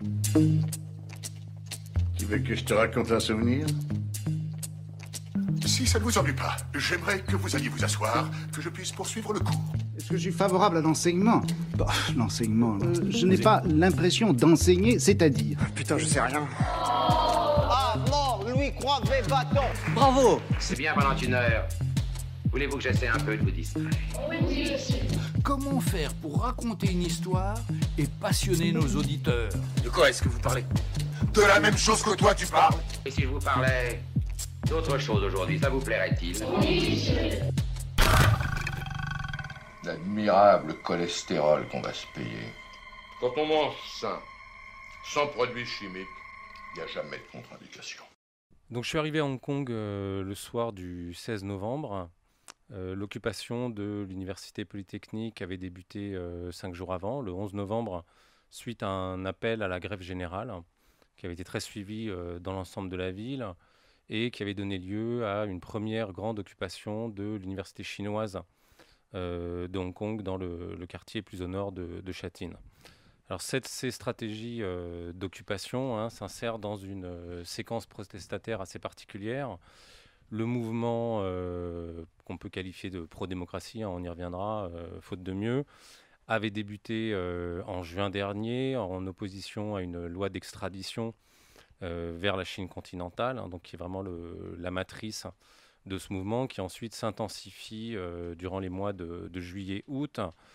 Tu veux que je te raconte un souvenir? Si ça ne vous ennuie pas, j'aimerais que vous alliez vous asseoir, que je puisse poursuivre le cours. Est-ce que je suis favorable à l'enseignement? Bah, l'enseignement, je n'ai pas l'impression d'enseigner, c'est-à-dire... Putain, je sais rien. Ah, mort, lui croivait bâton. Bravo. C'est bien pendant une heure. Voulez-vous que j'essaie un peu de vous distraire? Comment faire pour raconter une histoire et passionner nos auditeurs? De quoi est-ce que vous parlez? De la même chose que toi tu parles. Et si je vous parlais d'autre chose aujourd'hui, ça vous plairait-il? L'admirable cholestérol qu'on va se payer. Quand on mange sain, sans produits chimiques, il n'y a jamais de contre-indication. Donc je suis arrivé à Hong Kong le soir du 16 novembre. L'occupation de l'université polytechnique avait débuté 5 jours avant, le 11 novembre, suite à un appel à la grève générale qui avait été très suivi dans l'ensemble de la ville et qui avait donné lieu à une première grande occupation de l'université chinoise de Hong Kong dans le quartier plus au nord de Sha Tin. Alors ces stratégies d'occupation s'insèrent dans une séquence protestataire assez particulière. Le mouvement qu'on peut qualifier de pro-démocratie, on y reviendra, faute de mieux, avait débuté en juin dernier en opposition à une loi d'extradition vers la Chine continentale, donc qui est vraiment la matrice de ce mouvement, qui ensuite s'intensifie durant les mois de juillet-août.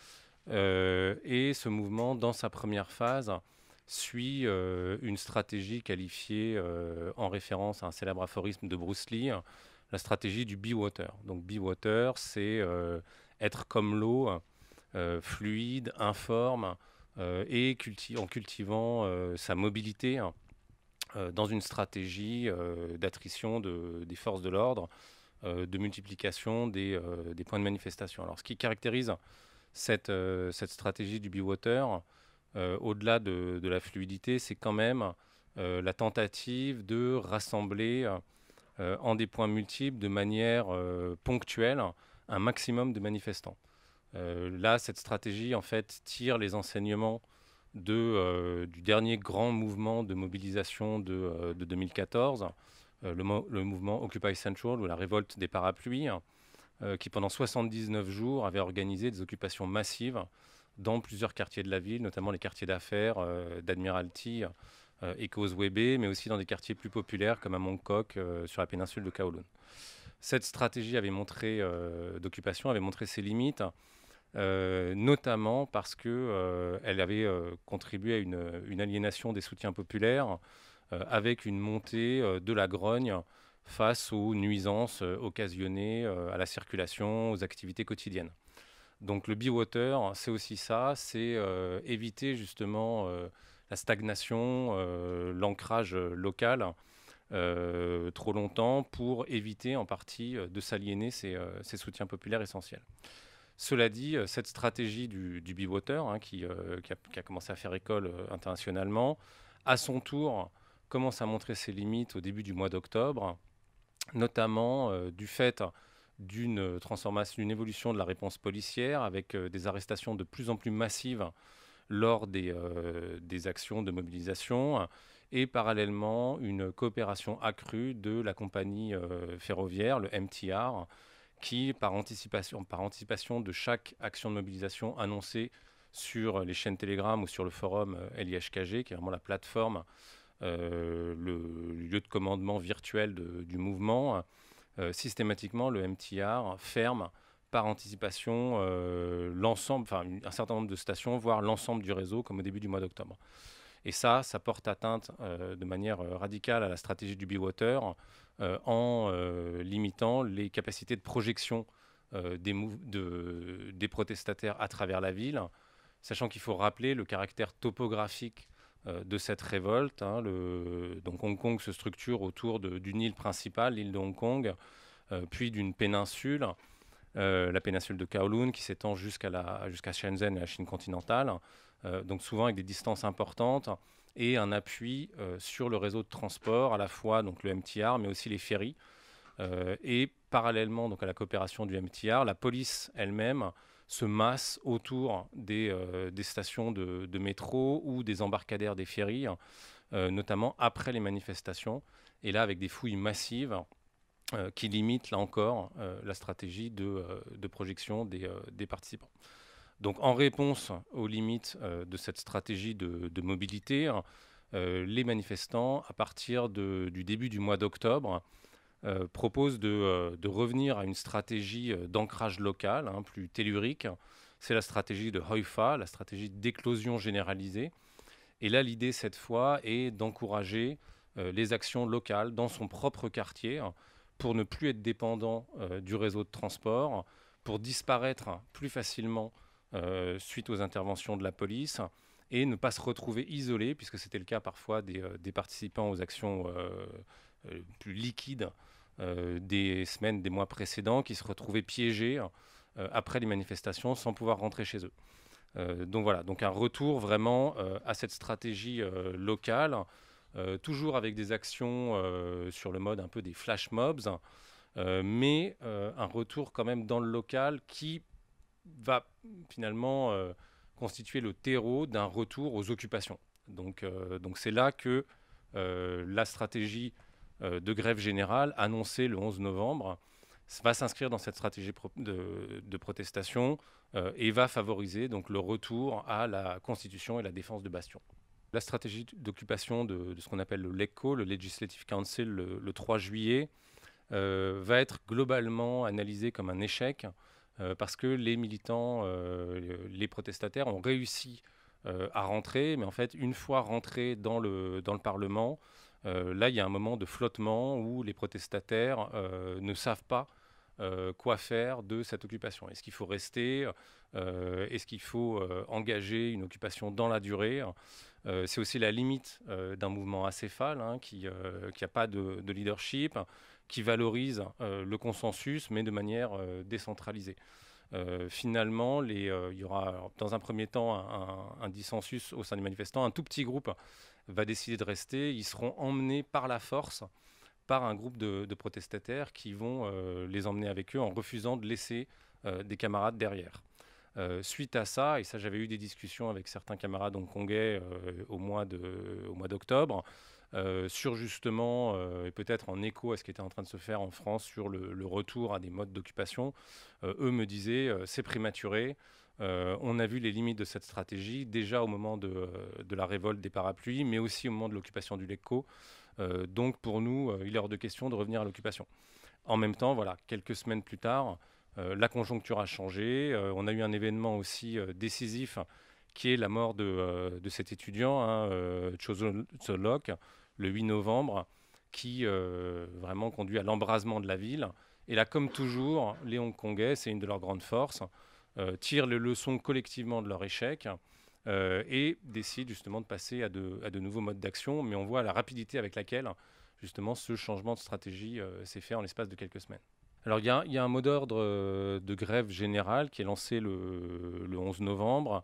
Et ce mouvement, dans sa première phase, suit une stratégie qualifiée en référence à un célèbre aphorisme de Bruce Lee, la stratégie du be water. Donc be water, c'est être comme l'eau, fluide, informe, et en cultivant sa mobilité dans une stratégie d'attrition des forces de l'ordre, de multiplication des points de manifestation. Alors ce qui caractérise cette stratégie du be water, au-delà de la fluidité, c'est quand même la tentative de rassembler en des points multiples, de manière ponctuelle, un maximum de manifestants. Là, cette stratégie, en fait, tire les enseignements du dernier grand mouvement de mobilisation de 2014, le mouvement Occupy Central, ou la révolte des parapluies, qui pendant 79 jours avait organisé des occupations massives dans plusieurs quartiers de la ville, notamment les quartiers d'affaires d'Admiralty et Causeway Bay, mais aussi dans des quartiers plus populaires comme à Mongkok sur la péninsule de Kowloon. Cette stratégie d'occupation avait montré ses limites, notamment parce qu'elle avait contribué à une aliénation des soutiens populaires avec une montée de la grogne face aux nuisances occasionnées à la circulation, aux activités quotidiennes. Donc le be water, c'est aussi ça, c'est éviter justement la stagnation, l'ancrage local trop longtemps pour éviter en partie de s'aliéner ces soutiens populaires essentiels. Cela dit, cette stratégie du be water, qui a commencé à faire école internationalement, à son tour commence à montrer ses limites au début du mois d'octobre, notamment du fait d'une transformation, d'une évolution de la réponse policière avec des arrestations de plus en plus massives lors des actions de mobilisation et parallèlement une coopération accrue de la compagnie ferroviaire, le MTR, qui, par anticipation de chaque action de mobilisation annoncée sur les chaînes Telegram ou sur le forum LIHKG, qui est vraiment la plateforme, le lieu de commandement virtuel du mouvement, systématiquement, le MTR ferme par anticipation un certain nombre de stations, voire l'ensemble du réseau, comme au début du mois d'octobre. Et ça porte atteinte de manière radicale à la stratégie du be water en limitant les capacités de projection des protestataires à travers la ville, sachant qu'il faut rappeler le caractère topographique de cette révolte. Donc Hong Kong se structure autour d'une île principale, l'île de Hong Kong, puis d'une péninsule, la péninsule de Kowloon, qui s'étend jusqu'à Shenzhen et la Chine continentale, donc souvent avec des distances importantes et un appui sur le réseau de transport, à la fois donc, le MTR, mais aussi les ferries. Et parallèlement donc, à la coopération du MTR, la police elle-même se massent autour des stations de métro ou des embarcadères des ferries, notamment après les manifestations, et là avec des fouilles massives qui limitent là encore la stratégie de projection des participants. Donc en réponse aux limites de cette stratégie de mobilité, les manifestants, à partir du début du mois d'octobre, proposent de revenir à une stratégie d'ancrage local, plus tellurique. C'est la stratégie de Heufa, la stratégie d'éclosion généralisée. Et là, l'idée, cette fois, est d'encourager les actions locales dans son propre quartier pour ne plus être dépendant du réseau de transport, pour disparaître plus facilement suite aux interventions de la police et ne pas se retrouver isolé, puisque c'était le cas parfois des participants aux actions plus liquides des semaines, des mois précédents, qui se retrouvaient piégés après les manifestations sans pouvoir rentrer chez eux. Donc voilà, donc un retour vraiment à cette stratégie locale, toujours avec des actions sur le mode un peu des flash mobs, mais un retour quand même dans le local qui va finalement constituer le terreau d'un retour aux occupations. Donc c'est là que la stratégie de grève générale annoncée le 11 novembre va s'inscrire dans cette stratégie de protestation et va favoriser donc le retour à la constitution et la défense de bastions. La stratégie d'occupation de ce qu'on appelle le LECO, le Legislative Council, le 3 juillet, va être globalement analysée comme un échec parce que les militants, les protestataires ont réussi à rentrer, mais en fait, une fois rentrés dans le Parlement, là, il y a un moment de flottement où les protestataires ne savent pas quoi faire de cette occupation. Est-ce qu'il faut rester? Est-ce qu'il faut engager une occupation dans la durée? C'est aussi la limite d'un mouvement acéphale qui n'a pas de leadership, qui valorise le consensus, mais de manière décentralisée. Finalement, il y aura dans un premier temps un dissensus au sein des manifestants. Un tout petit groupe va décider de rester. Ils seront emmenés par la force par un groupe de protestataires qui vont les emmener avec eux en refusant de laisser des camarades derrière. Suite à ça, et ça j'avais eu des discussions avec certains camarades hongkongais au mois d'octobre, sur justement, et peut-être en écho à ce qui était en train de se faire en France sur le retour à des modes d'occupation, eux me disaient c'est prématuré, on a vu les limites de cette stratégie déjà au moment de la révolte des parapluies, mais aussi au moment de l'occupation du LECO. Donc pour nous, il est hors de question de revenir à l'occupation. En même temps, voilà, quelques semaines plus tard, la conjoncture a changé. On a eu un événement aussi décisif qui est la mort de cet étudiant, Cho Sol-lok, le 8 novembre, qui vraiment conduit à l'embrasement de la ville. Et là, comme toujours, les Hongkongais, c'est une de leurs grandes forces, tirent les leçons collectivement de leur échec et décident justement de passer à de nouveaux modes d'action. Mais on voit la rapidité avec laquelle justement ce changement de stratégie s'est fait en l'espace de quelques semaines. Alors il y a un mot d'ordre de grève générale qui est lancé le 11 novembre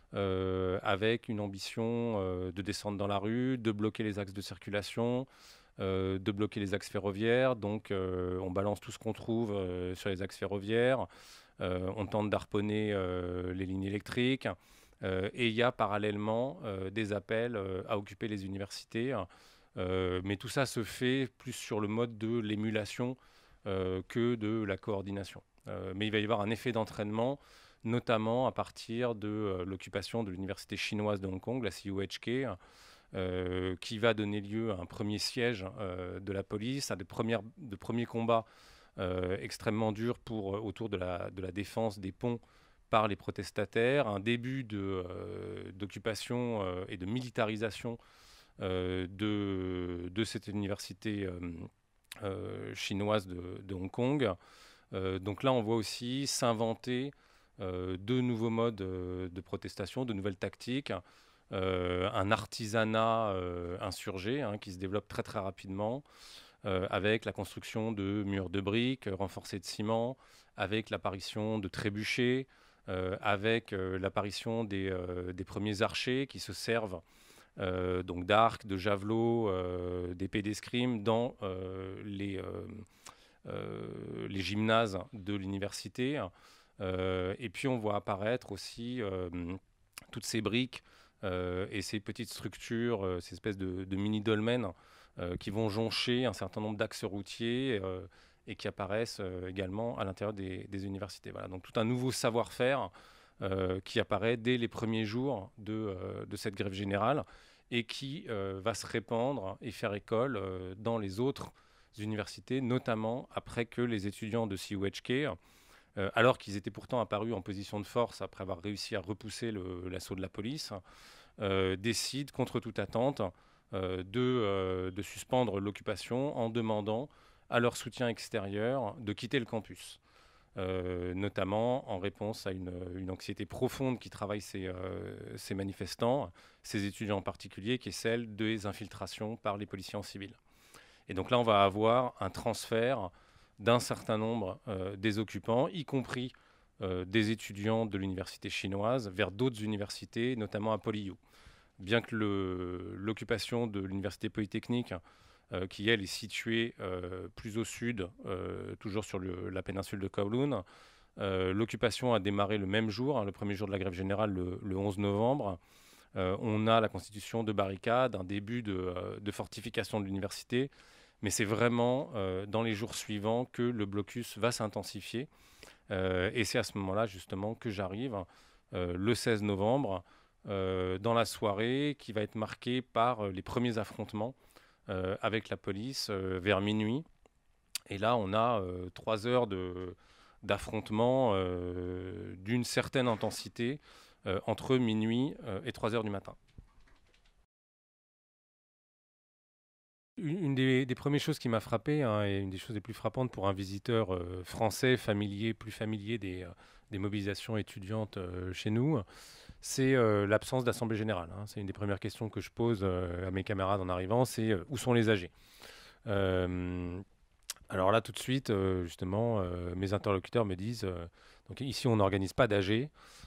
avec une ambition de descendre dans la rue, de bloquer les axes de circulation, de bloquer les axes ferroviaires. Donc on balance tout ce qu'on trouve sur les axes ferroviaires, on tente d'harponner les lignes électriques et il y a parallèlement des appels à occuper les universités. Mais tout ça se fait plus sur le mode de l'émulation que de la coordination. Mais il va y avoir un effet d'entraînement, notamment à partir de l'occupation de l'université chinoise de Hong Kong, la CUHK, qui va donner lieu à un premier siège de la police, à de premiers combats extrêmement durs autour de la défense des ponts par les protestataires, un début d'occupation et de militarisation de cette université chinoise de Hong Kong. Donc là, on voit aussi s'inventer de nouveaux modes de protestation, de nouvelles tactiques, un artisanat insurgé qui se développe très très rapidement, avec la construction de murs de briques renforcés de ciment, avec l'apparition de trébuchets, avec l'apparition des premiers archers qui se servent donc d'arcs, de javelots, d'épées d'escrime dans les gymnases de l'université. Et puis on voit apparaître aussi toutes ces briques et ces petites structures, ces espèces de mini-dolmens qui vont joncher un certain nombre d'axes routiers et qui apparaissent également à l'intérieur des universités. Voilà, donc tout un nouveau savoir-faire qui apparaît dès les premiers jours de cette grève générale et qui va se répandre et faire école dans les autres universités, notamment après que les étudiants de CUHK, alors qu'ils étaient pourtant apparus en position de force après avoir réussi à repousser l'assaut de la police, décident contre toute attente de suspendre l'occupation en demandant à leur soutien extérieur de quitter le campus. Notamment en réponse à une anxiété profonde qui travaille ces manifestants, ces étudiants en particulier, qui est celle des infiltrations par les policiers en civil. Et donc là, on va avoir un transfert d'un certain nombre des occupants, y compris des étudiants de l'université chinoise, vers d'autres universités, notamment à PolyU. Bien que l'occupation de l'université polytechnique, qui elle est située plus au sud, toujours sur la péninsule de Kowloon, l'occupation a démarré le même jour, le premier jour de la grève générale, le 11 novembre. On a la constitution de barricades, un début de fortification de l'université, mais c'est vraiment dans les jours suivants que le blocus va s'intensifier. Et c'est à ce moment-là, justement, que j'arrive, le 16 novembre, dans la soirée qui va être marquée par les premiers affrontements avec la police vers minuit. Et là, on a 3 heures d'affrontement d'une certaine intensité entre minuit et 3 heures du matin. Une des premières choses qui m'a frappé, et une des choses les plus frappantes pour un visiteur français, plus familier des mobilisations étudiantes chez nous, c'est l'absence d'assemblée générale. C'est une des premières questions que je pose à mes camarades en arrivant, c'est où sont les AG? Alors là, tout de suite, justement, mes interlocuteurs me disent, donc ici, on n'organise pas d'AG,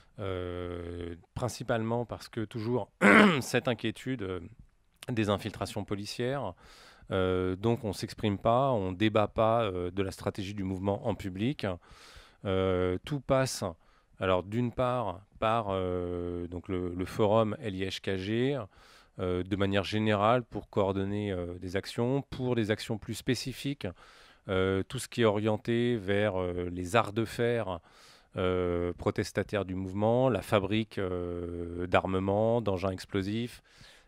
principalement parce que toujours cette inquiétude des infiltrations policières, donc on ne s'exprime pas, on ne débat pas de la stratégie du mouvement en public. Tout passe, alors d'une part, par donc le forum LIHKG, de manière générale pour coordonner des actions, pour des actions plus spécifiques, tout ce qui est orienté vers les arts de fer protestataires du mouvement, la fabrique d'armements, d'engins explosifs,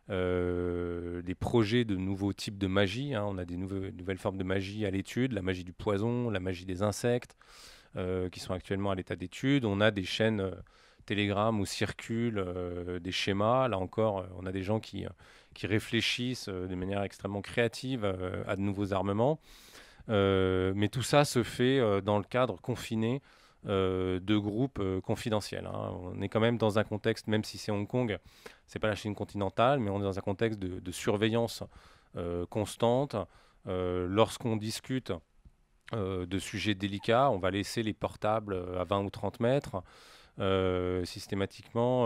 des projets de nouveaux types de magie. On a des nouvelles formes de magie à l'étude, la magie du poison, la magie des insectes, qui sont actuellement à l'état d'étude. On a des chaînes Telegram où circulent des schémas. Là encore, on a des gens qui réfléchissent de manière extrêmement créative à de nouveaux armements. Mais tout ça se fait dans le cadre confiné de groupes confidentiels. On est quand même dans un contexte, même si c'est Hong Kong, c'est pas la Chine continentale, mais on est dans un contexte de surveillance constante. Lorsqu'on discute de sujets délicats, on va laisser les portables à 20 ou 30 mètres. Systématiquement,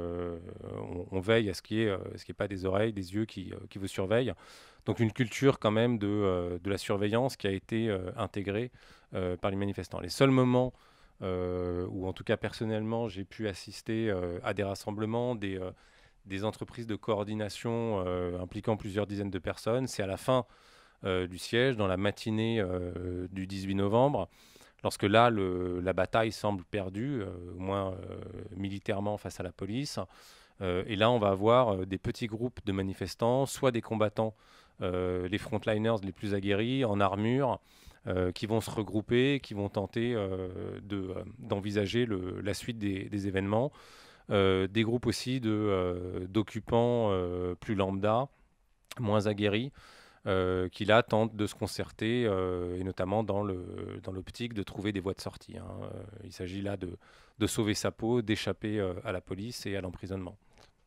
on veille à ce qu'il n'y ait pas des oreilles, des yeux qui vous surveillent. Donc une culture quand même de la surveillance qui a été intégrée par les manifestants. Les seuls moments où en tout cas personnellement j'ai pu assister à des rassemblements, des entreprises de coordination impliquant plusieurs dizaines de personnes, c'est à la fin du siège, dans la matinée du 18 novembre, lorsque là la bataille semble perdue, au moins militairement face à la police. Et là on va avoir des petits groupes de manifestants, soit des combattants, les frontliners les plus aguerris, en armure, qui vont se regrouper, qui vont tenter d'envisager la suite des événements. Des groupes aussi d'occupants plus lambda, moins aguerris, qui là tentent de se concerter, et notamment dans l'optique de trouver des voies de sortie. Il s'agit là de sauver sa peau, d'échapper à la police et à l'emprisonnement.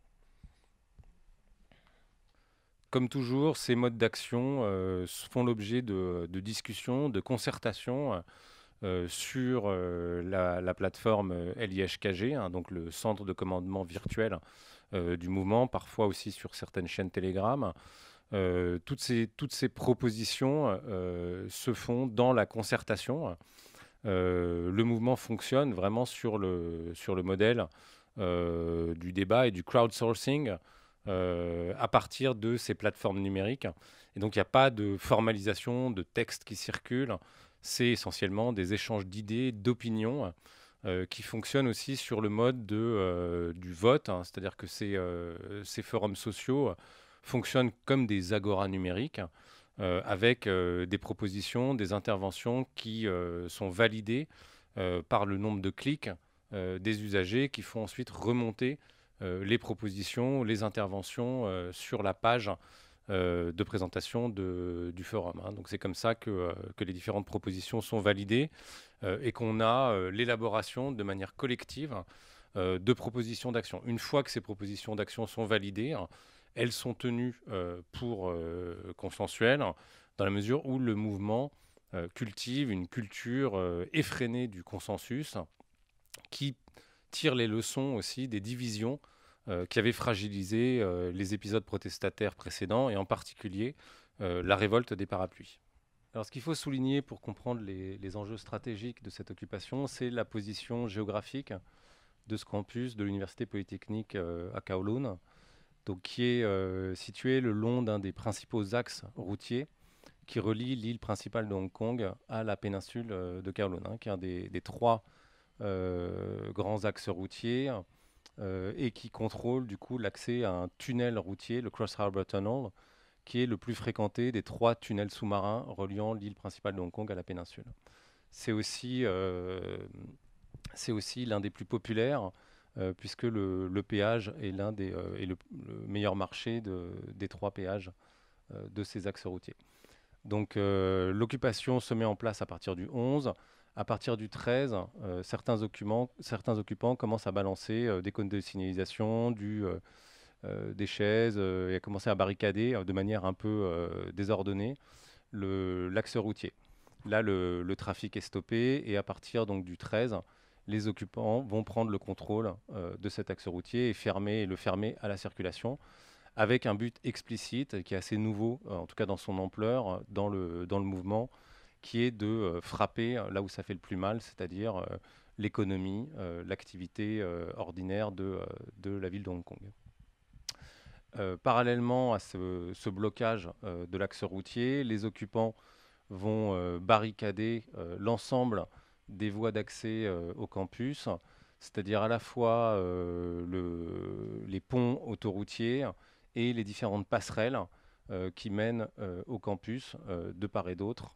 Comme toujours, ces modes d'action font l'objet de discussions, de concertations sur la plateforme LIHKG, donc le centre de commandement virtuel du mouvement, parfois aussi sur certaines chaînes Telegram. Toutes ces propositions se font dans la concertation le mouvement fonctionne vraiment sur le modèle du débat et du crowdsourcing à partir de ces plateformes numériques. Et donc, il n'y a pas de formalisation de textes qui circulent. C'est essentiellement des échanges d'idées, d'opinions qui fonctionnent aussi sur le mode du vote. Hein. C'est-à-dire que ces forums sociaux fonctionnent comme des agoras numériques avec des propositions, des interventions qui sont validées par le nombre de clics des usagers qui font ensuite remonter les propositions, les interventions sur la page de présentation du forum. Hein. Donc c'est comme ça que les différentes propositions sont validées et qu'on a l'élaboration de manière collective de propositions d'action. Une fois que ces propositions d'action sont validées, elles sont tenues pour consensuelles dans la mesure où le mouvement cultive une culture effrénée du consensus qui tire les leçons aussi des divisions qui avaient fragilisé les épisodes protestataires précédents et en particulier la révolte des parapluies. Alors ce qu'il faut souligner pour comprendre les enjeux stratégiques de cette occupation, c'est la position géographique de ce campus de l'Université Polytechnique à Kowloon, donc qui est situé le long d'un des principaux axes routiers qui relie l'île principale de Hong Kong à la péninsule de Kowloon, hein, qui est un des trois grands axes routiers et qui contrôle du coup l'accès à un tunnel routier, le Cross Harbour Tunnel, qui est le plus fréquenté des 3 tunnels sous-marins reliant l'île principale de Hong Kong à la péninsule. C'est aussi l'un des plus populaires puisque le péage est est le meilleur marché des 3 péages de ces axes routiers. Donc l'occupation se met en place à partir du 11. À partir du 13, certains occupants commencent à balancer des cônes de signalisation, des chaises, et à commencer à barricader de manière un peu désordonnée l'axe routier. Là, le trafic est stoppé et à partir donc, du 13, les occupants vont prendre le contrôle de cet axe routier et le fermer à la circulation avec un but explicite qui est assez nouveau, en tout cas dans son ampleur, dans le mouvement, qui est de frapper là où ça fait le plus mal, c'est-à-dire l'économie, l'activité ordinaire de la ville de Hong Kong. Parallèlement à ce blocage de l'axe routier, les occupants vont barricader l'ensemble des voies d'accès au campus, c'est-à-dire à la fois les ponts autoroutiers et les différentes passerelles qui mènent au campus de part et d'autre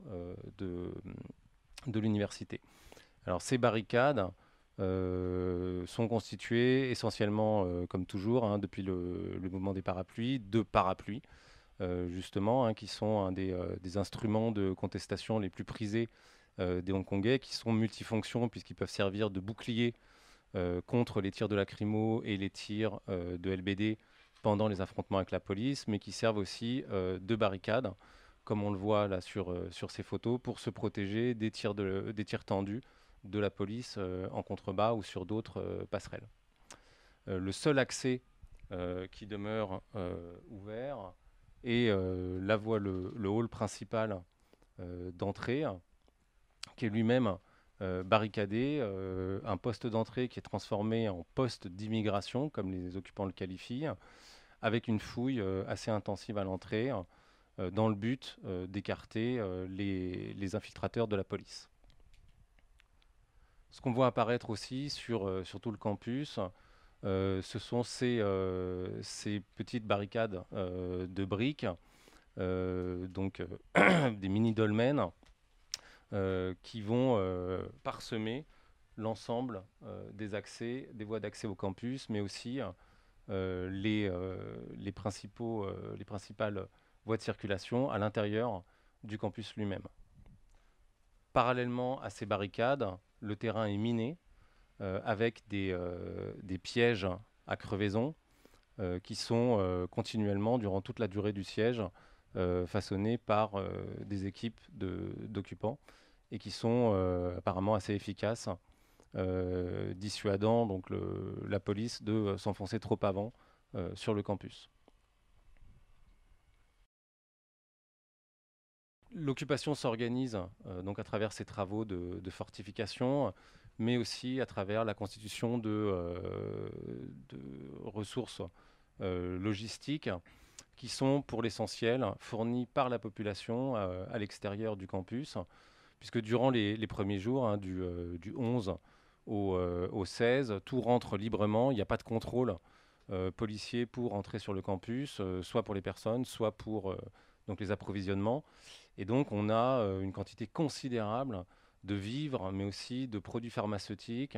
de l'université. Alors ces barricades sont constituées essentiellement, comme toujours, hein, depuis le mouvement des parapluies, de parapluies, justement, hein, qui sont un des instruments de contestation les plus prisés des Hongkongais, qui sont multifonctions puisqu'ils peuvent servir de bouclier contre les tirs de lacrymo et les tirs de LBD pendant les affrontements avec la police, mais qui servent aussi de barricades, comme on le voit là sur ces photos, pour se protéger des tirs tendus de la police en contrebas ou sur d'autres passerelles. Le seul accès qui demeure ouvert est le hall principal d'entrée, qui est lui-même barricadé, un poste d'entrée qui est transformé en poste d'immigration, comme les occupants le qualifient, avec une fouille assez intensive à l'entrée, dans le but d'écarter les infiltrateurs de la police. Ce qu'on voit apparaître aussi sur tout le campus, ce sont ces petites barricades de briques, donc des mini-dolmens, qui vont parsemer l'ensemble des voies d'accès au campus, mais aussi les principales voies de circulation à l'intérieur du campus lui-même. Parallèlement à ces barricades, le terrain est miné avec des pièges à crevaison qui sont continuellement, durant toute la durée du siège, façonnés par des équipes d'occupants et qui sont apparemment assez efficaces, dissuadant donc la police de s'enfoncer trop avant sur le campus. L'occupation s'organise donc à travers ces travaux de fortification, mais aussi à travers la constitution de ressources logistiques qui sont pour l'essentiel fournies par la population à l'extérieur du campus, puisque durant les premiers jours, hein, du 11 au 16, tout rentre librement, il n'y a pas de contrôle policier pour entrer sur le campus, soit pour les personnes, soit pour donc les approvisionnements. Et donc on a une quantité considérable de vivres, mais aussi de produits pharmaceutiques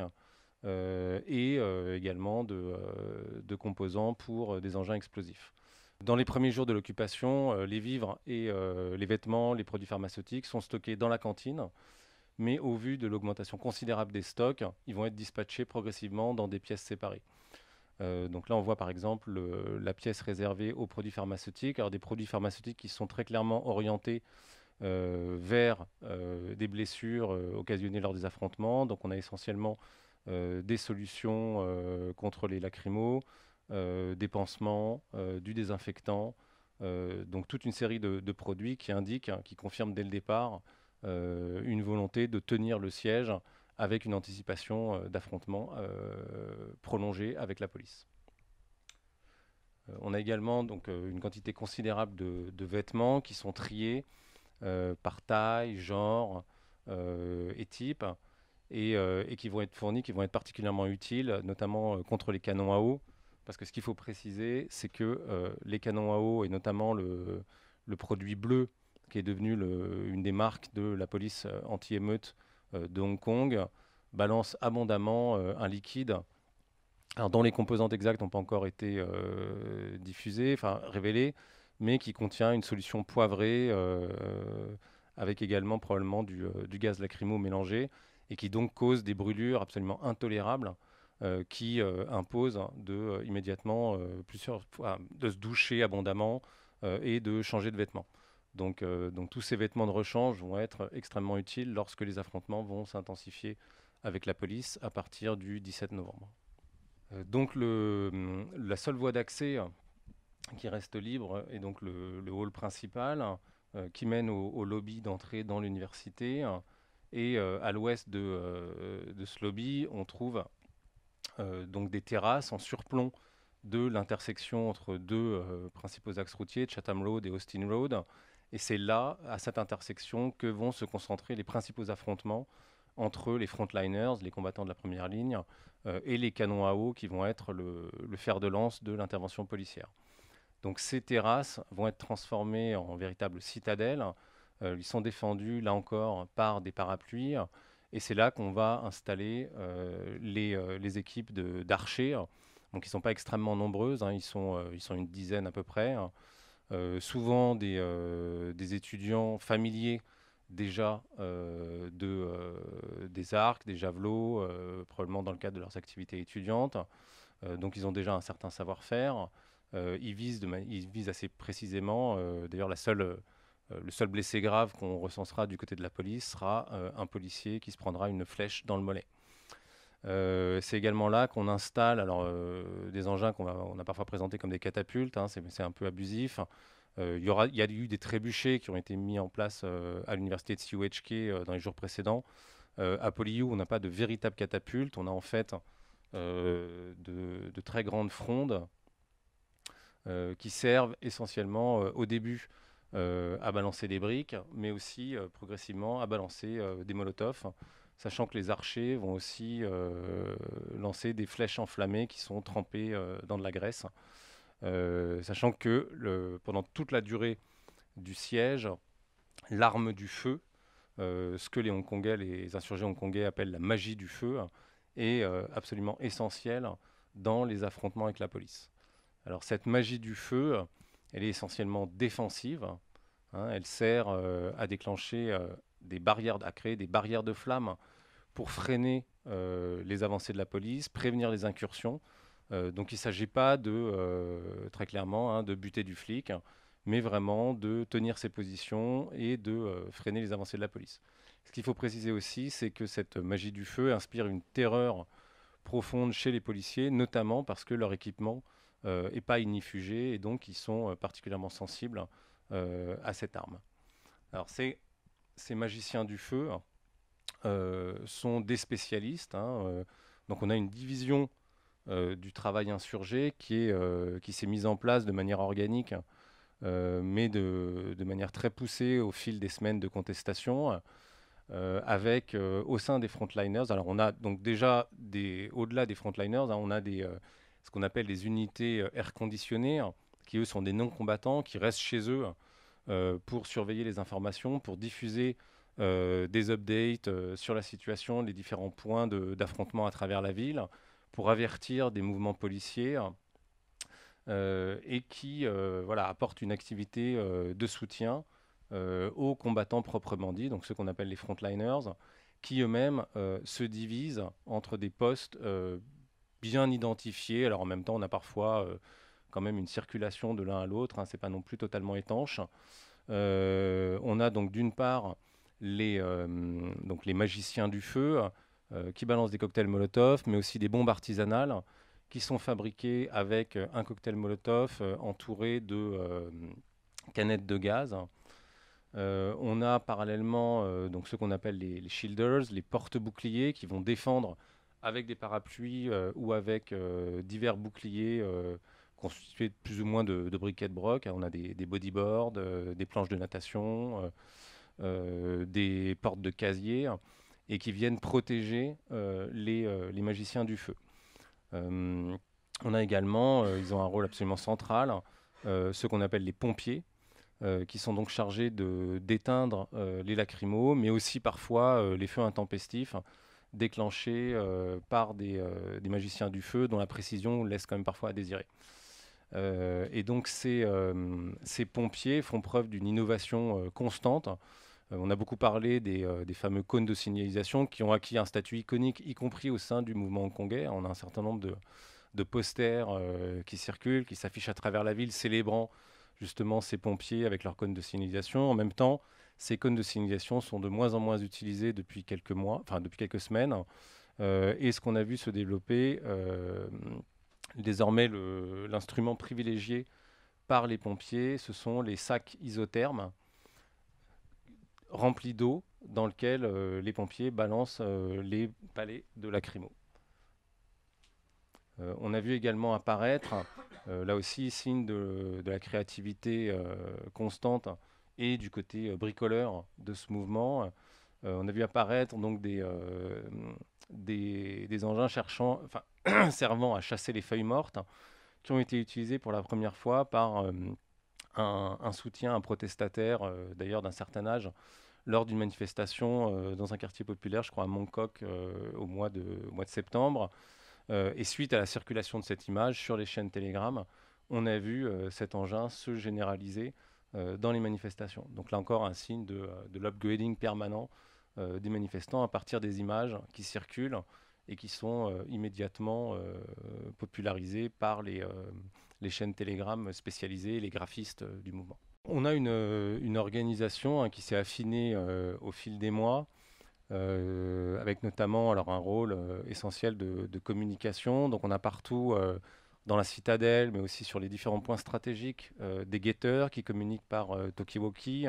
et également de composants pour des engins explosifs. Dans les premiers jours de l'occupation, les vivres et les vêtements, les produits pharmaceutiques sont stockés dans la cantine, mais au vu de l'augmentation considérable des stocks, ils vont être dispatchés progressivement dans des pièces séparées. Donc là, on voit par exemple la pièce réservée aux produits pharmaceutiques. Alors des produits pharmaceutiques qui sont très clairement orientés vers des blessures occasionnées lors des affrontements. Donc on a essentiellement des solutions contre les lacrymos, des pansements, du désinfectant, donc toute une série de produits qui indiquent, qui confirment dès le départ une volonté de tenir le siège avec une anticipation d'affrontement prolongée avec la police. On a également donc, une quantité considérable de vêtements qui sont triés par taille, genre et type, et qui vont être fournis, qui vont être particulièrement utiles, notamment contre les canons à eau, parce que ce qu'il faut préciser, c'est que les canons à eau, et notamment le produit bleu, qui est devenu une des marques de la police anti-émeute de Hong Kong, balance abondamment un liquide dont les composantes exactes n'ont pas encore été diffusées, enfin révélées, mais qui contient une solution poivrée avec également probablement du gaz lacrymo mélangé, et qui donc cause des brûlures absolument intolérables qui imposent immédiatement de se doucher abondamment et de changer de vêtements. Donc tous ces vêtements de rechange vont être extrêmement utiles lorsque les affrontements vont s'intensifier avec la police à partir du 17 novembre. Donc la seule voie d'accès qui reste libre est donc le hall principal qui mène au lobby d'entrée dans l'université. Et à l'ouest de ce lobby, on trouve donc des terrasses en surplomb de l'intersection entre deux principaux axes routiers, Chatham Road et Austin Road. Et c'est là, à cette intersection, que vont se concentrer les principaux affrontements entre les frontliners, les combattants de la première ligne, et les canons à eau qui vont être le fer de lance de l'intervention policière. Donc ces terrasses vont être transformées en véritables citadelles. Ils sont défendus, là encore, par des parapluies. Et c'est là qu'on va installer les équipes d'archers. Donc ils ne sont pas extrêmement nombreuses, hein, ils sont une dizaine à peu près. Souvent des étudiants familiers déjà des arcs, des javelots, probablement dans le cadre de leurs activités étudiantes. Donc ils ont déjà un certain savoir-faire. Ils visent assez précisément, d'ailleurs le seul blessé grave qu'on recensera du côté de la police sera un policier qui se prendra une flèche dans le mollet. C'est également là qu'on installe des engins qu'on a parfois présentés comme des catapultes, hein, c'est un peu abusif. Il y a eu des trébuchets qui ont été mis en place à l'université de CUHK dans les jours précédents. À PolyU, on n'a pas de véritable catapulte, on a en fait de très grandes frondes qui servent essentiellement au début à balancer des briques, mais aussi progressivement à balancer des molotovs, sachant que les archers vont aussi lancer des flèches enflammées qui sont trempées dans de la graisse, sachant que pendant toute la durée du siège, l'arme du feu, ce que les insurgés hongkongais appellent la magie du feu, est absolument essentielle dans les affrontements avec la police. Alors cette magie du feu, elle est essentiellement défensive, hein, elle sert à déclencher à créer des barrières de flammes pour freiner les avancées de la police, prévenir les incursions. Donc il ne s'agit pas très clairement, de buter du flic, mais vraiment de tenir ses positions et de freiner les avancées de la police. Ce qu'il faut préciser aussi, c'est que cette magie du feu inspire une terreur profonde chez les policiers, notamment parce que leur équipement n'est pas ignifugé et donc ils sont particulièrement sensibles à cette arme. Alors ces magiciens du feu sont des spécialistes. Donc on a une division du travail insurgé qui s'est mise en place de manière organique, mais de manière très poussée au fil des semaines de contestation, avec au sein des frontliners. Alors on a donc déjà au-delà des frontliners, on a ce qu'on appelle des unités air conditionnées, qui eux sont des non-combattants, qui restent chez eux pour surveiller les informations, pour diffuser des updates sur la situation, les différents points d'affrontement à travers la ville, pour avertir des mouvements policiers et qui apportent une activité de soutien aux combattants proprement dit, donc ceux qu'on appelle les frontliners, qui eux-mêmes se divisent entre des postes bien identifiés. Alors en même temps, on a parfois quand même une circulation de l'un à l'autre, c'est pas non plus totalement étanche. On a donc d'une part les magiciens du feu qui balancent des cocktails Molotov, mais aussi des bombes artisanales qui sont fabriquées avec un cocktail Molotov entouré de canettes de gaz. On a parallèlement donc ce qu'on appelle les shielders, les porte-boucliers qui vont défendre avec des parapluies ou avec divers boucliers constitués plus ou moins de briquets de broc. On a des bodyboards, des planches de natation, des portes de casier, et qui viennent protéger les magiciens du feu. On a également, ils ont un rôle absolument central, ceux qu'on appelle les pompiers, qui sont donc chargés d'éteindre les lacrymos, mais aussi parfois les feux intempestifs déclenchés par des magiciens du feu dont la précision laisse quand même parfois à désirer. Et donc ces pompiers font preuve d'une innovation constante. On a beaucoup parlé des fameux cônes de signalisation qui ont acquis un statut iconique, y compris au sein du mouvement hongkongais. On a un certain nombre de posters qui circulent, qui s'affichent à travers la ville, célébrant justement ces pompiers avec leurs cônes de signalisation. En même temps, ces cônes de signalisation sont de moins en moins utilisés depuis quelques mois, enfin depuis quelques semaines. Et ce qu'on a vu se développer, désormais l'instrument privilégié par les pompiers, ce sont les sacs isothermes remplis d'eau dans lesquels les pompiers balancent les palets de lacrymo. On a vu également apparaître, là aussi, signe de la créativité constante et du côté bricoleur de ce mouvement. On a vu apparaître donc des engins servant à chasser les feuilles mortes, qui ont été utilisés pour la première fois par un soutien, un protestataire, d'ailleurs d'un certain âge, lors d'une manifestation dans un quartier populaire, je crois à Mongkok, au mois de septembre. Et suite à la circulation de cette image sur les chaînes Telegram, on a vu cet engin se généraliser dans les manifestations. Donc là encore, un signe de l'upgrading permanent des manifestants à partir des images qui circulent et qui sont immédiatement popularisées par les chaînes Telegram spécialisées, les graphistes du mouvement. On a une organisation qui s'est affinée au fil des mois, avec notamment un rôle essentiel de communication. Donc on a partout dans la citadelle, mais aussi sur les différents points stratégiques, des guetteurs qui communiquent par talkie-walkie,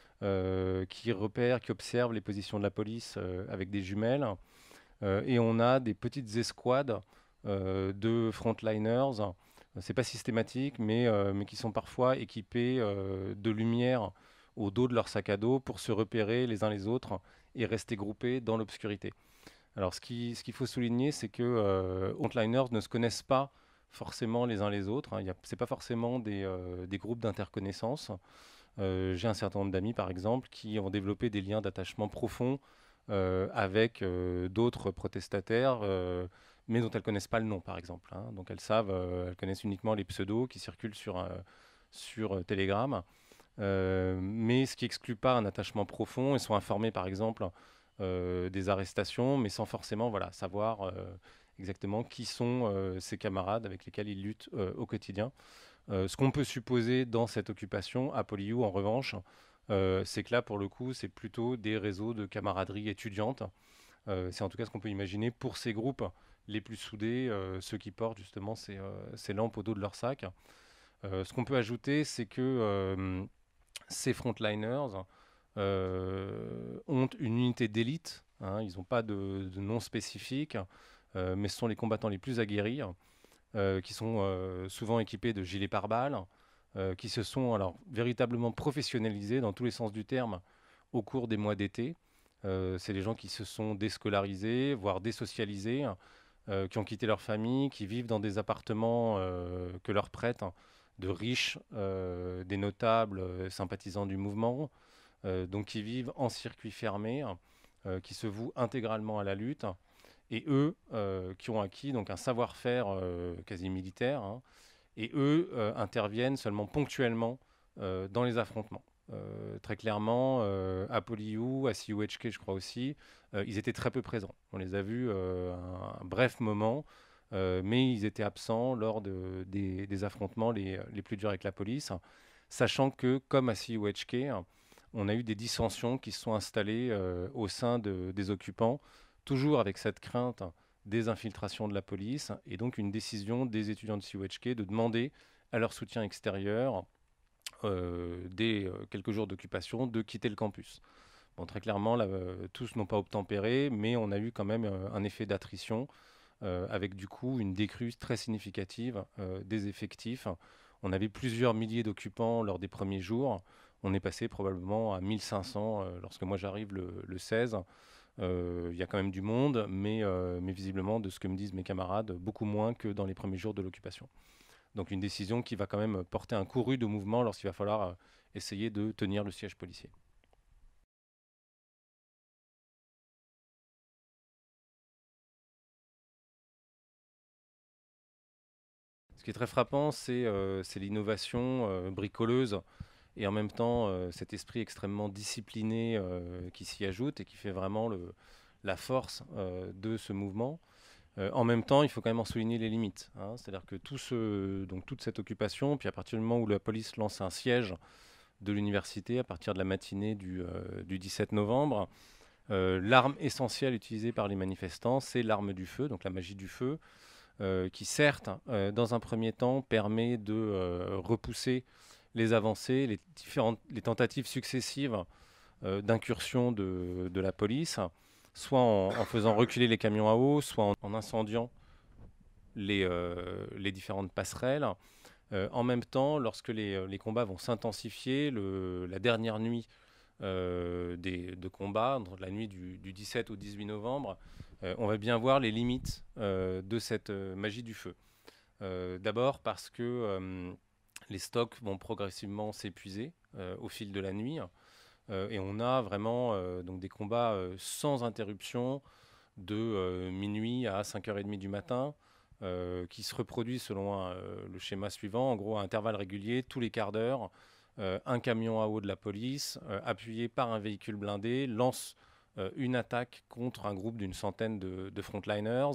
qui repèrent, qui observent les positions de la police avec des jumelles. Et on a des petites escouades de frontliners. C'est pas systématique, mais qui sont parfois équipés de lumière au dos de leur sac à dos pour se repérer les uns les autres et rester groupés dans l'obscurité. Alors ce qu'il faut souligner, c'est que frontliners ne se connaissent pas forcément les uns les autres. Ce n'est pas forcément des groupes d'interconnaissance. J'ai un certain nombre d'amis, par exemple, qui ont développé des liens d'attachement profonds avec d'autres protestataires, mais dont elles ne connaissent pas le nom, par exemple. Donc elles connaissent uniquement les pseudos qui circulent sur Telegram, mais ce qui n'exclut pas un attachement profond. Ils sont informés, par exemple, des arrestations, mais sans forcément savoir exactement qui sont ces camarades avec lesquels ils luttent au quotidien. Ce qu'on peut supposer dans cette occupation à PolyU, en revanche, c'est que là, pour le coup, c'est plutôt des réseaux de camaraderie étudiante. C'est en tout cas ce qu'on peut imaginer pour ces groupes les plus soudés, ceux qui portent justement ces lampes au dos de leur sac. Ce qu'on peut ajouter, c'est que ces frontliners ont une unité d'élite. Hein, ils n'ont pas de nom spécifique, mais ce sont les combattants les plus aguerris, qui sont souvent équipés de gilets pare-balles, qui se sont alors véritablement professionnalisés dans tous les sens du terme au cours des mois d'été. C'est des gens qui se sont déscolarisés, voire désocialisés, qui ont quitté leur famille, qui vivent dans des appartements que leur prêtent de riches, des notables sympathisants du mouvement, donc qui vivent en circuit fermé, qui se vouent intégralement à la lutte, et eux qui ont acquis donc un savoir-faire quasi militaire, hein, et eux interviennent seulement ponctuellement dans les affrontements. Très clairement, à Poliou, à CUHK, je crois aussi, ils étaient très peu présents. On les a vus un bref moment, mais ils étaient absents lors des affrontements les plus durs avec la police, sachant que, comme à CUHK, on a eu des dissensions qui se sont installées au sein des occupants, toujours avec cette crainte des infiltrations de la police, et donc une décision des étudiants de CUHK de demander à leur soutien extérieur, dès quelques jours d'occupation, de quitter le campus. Bon, très clairement, là, tous n'ont pas obtempéré, mais on a eu quand même un effet d'attrition, avec du coup une décrue très significative des effectifs. On avait plusieurs milliers d'occupants lors des premiers jours. On est passé probablement à 1500 lorsque moi j'arrive le 16. Il y a quand même du monde, mais visiblement, de ce que me disent mes camarades, beaucoup moins que dans les premiers jours de l'occupation. Donc une décision qui va quand même porter un coup rude au mouvement lorsqu'il va falloir essayer de tenir le siège policier. Ce qui est très frappant, c'est l'innovation bricoleuse et en même temps cet esprit extrêmement discipliné qui s'y ajoute et qui fait vraiment la force de ce mouvement. En même temps, il faut quand même en souligner les limites, hein. C'est-à-dire que toute cette occupation, puis à partir du moment où la police lance un siège de l'université, à partir de la matinée du 17 novembre, l'arme essentielle utilisée par les manifestants, c'est l'arme du feu, donc la magie du feu, qui certes, dans un premier temps, permet de repousser les avancées, les tentatives successives d'incursion de la police, soit en faisant reculer les camions à eau, soit en incendiant les différentes passerelles. En même temps, lorsque les combats vont s'intensifier, la dernière nuit de combat, la nuit du 17 au 18 novembre, on va bien voir les limites de cette magie du feu. D'abord parce que les stocks vont progressivement s'épuiser au fil de la nuit. Et on a vraiment donc des combats sans interruption de minuit à 5h30 du matin, qui se reproduisent selon le schéma suivant. En gros, à intervalles réguliers, tous les quarts d'heure, un camion à eau de la police, appuyé par un véhicule blindé, lance une attaque contre un groupe d'une centaine de frontliners,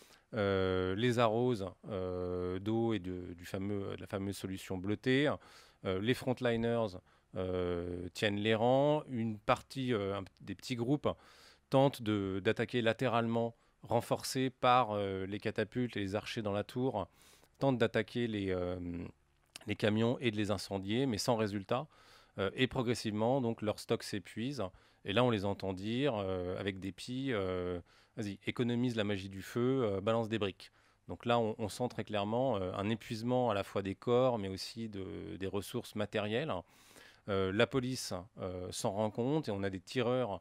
les arrose d'eau et de la fameuse solution bleutée. Les frontliners tiennent les rangs. Une partie des petits groupes tentent d'attaquer latéralement, renforcés par les catapultes et les archers dans la tour, tentent d'attaquer les camions et de les incendier, mais sans résultat. Et progressivement, donc, leur stock s'épuise. Et là, on les entend dire, avec des pies, vas-y, économise la magie du feu, balance des briques. Donc là, on sent très clairement un épuisement à la fois des corps, mais aussi des ressources matérielles. La police s'en rend compte et on a des tireurs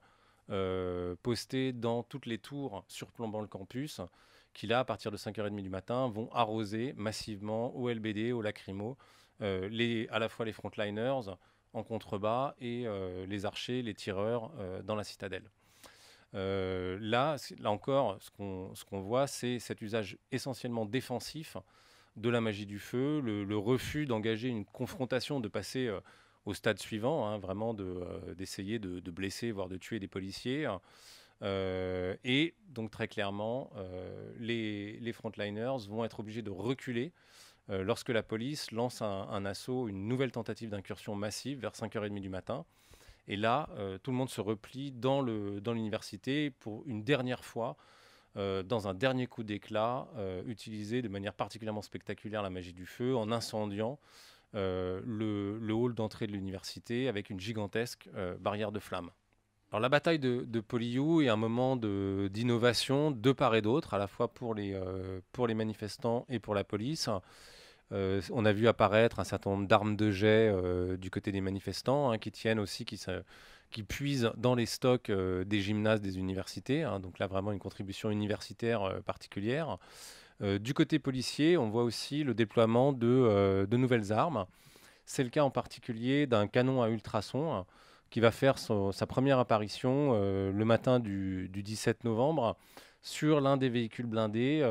postés dans toutes les tours surplombant le campus qui, là, à partir de 5h30 du matin, vont arroser massivement au LBD, au lacrymo, à la fois les frontliners en contrebas et les archers, les tireurs dans la citadelle. Là encore, ce qu'on voit, c'est cet usage essentiellement défensif de la magie du feu, le refus d'engager une confrontation, de passer au stade suivant, hein, vraiment d'essayer de blesser, voire de tuer des policiers. Et donc très clairement, les frontliners vont être obligés de reculer lorsque la police lance un assaut, une nouvelle tentative d'incursion massive vers 5h30 du matin. Et là, tout le monde se replie dans l'université pour une dernière fois, dans un dernier coup d'éclat, utiliser de manière particulièrement spectaculaire la magie du feu en incendiant le hall hall d'entrée de l'université avec une gigantesque barrière de flammes. Alors la bataille de Polyou est un moment d'innovation de part et d'autre, à la fois pour les manifestants et pour la police. On a vu apparaître un certain nombre d'armes de jet du côté des manifestants, hein, qui tiennent aussi, qui puisent dans les stocks des gymnases des universités. Hein, donc là, vraiment une contribution universitaire particulière. Du côté policier, on voit aussi le déploiement de nouvelles armes. C'est le cas en particulier d'un canon à ultrasons qui va faire sa première apparition le matin du 17 novembre sur l'un des véhicules blindés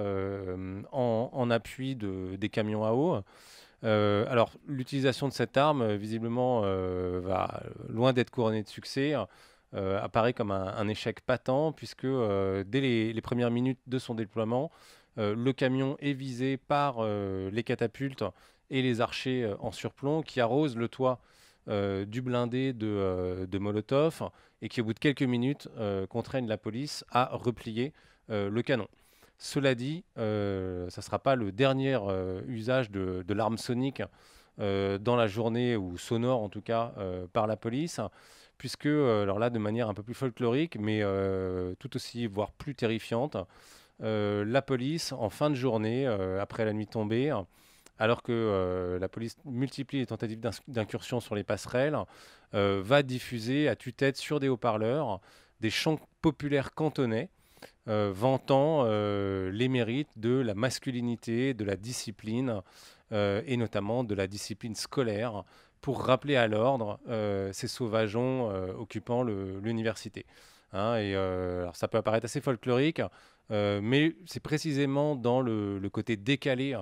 en appui des camions à eau. Alors, l'utilisation de cette arme, visiblement, va, loin d'être couronnée de succès, apparaît comme un échec patent, puisque dès les premières minutes de son déploiement, le camion est visé par les catapultes et les archers en surplomb qui arrosent le toit du blindé de Molotov et qui, au bout de quelques minutes, contraignent la police à replier le canon. Cela dit, ça ne sera pas le dernier usage de l'arme sonique dans la journée, ou sonore en tout cas, par la police, puisque, alors là, de manière un peu plus folklorique, mais tout aussi, voire plus terrifiante, la police, en fin de journée, après la nuit tombée, alors que la police multiplie les tentatives d'incursion sur les passerelles, va diffuser à tue-tête sur des haut-parleurs des chants populaires cantonais vantant les mérites de la masculinité, de la discipline et notamment de la discipline scolaire pour rappeler à l'ordre ces sauvageons occupant l'université. Hein, alors ça peut apparaître assez folklorique, mais c'est précisément dans le côté décalé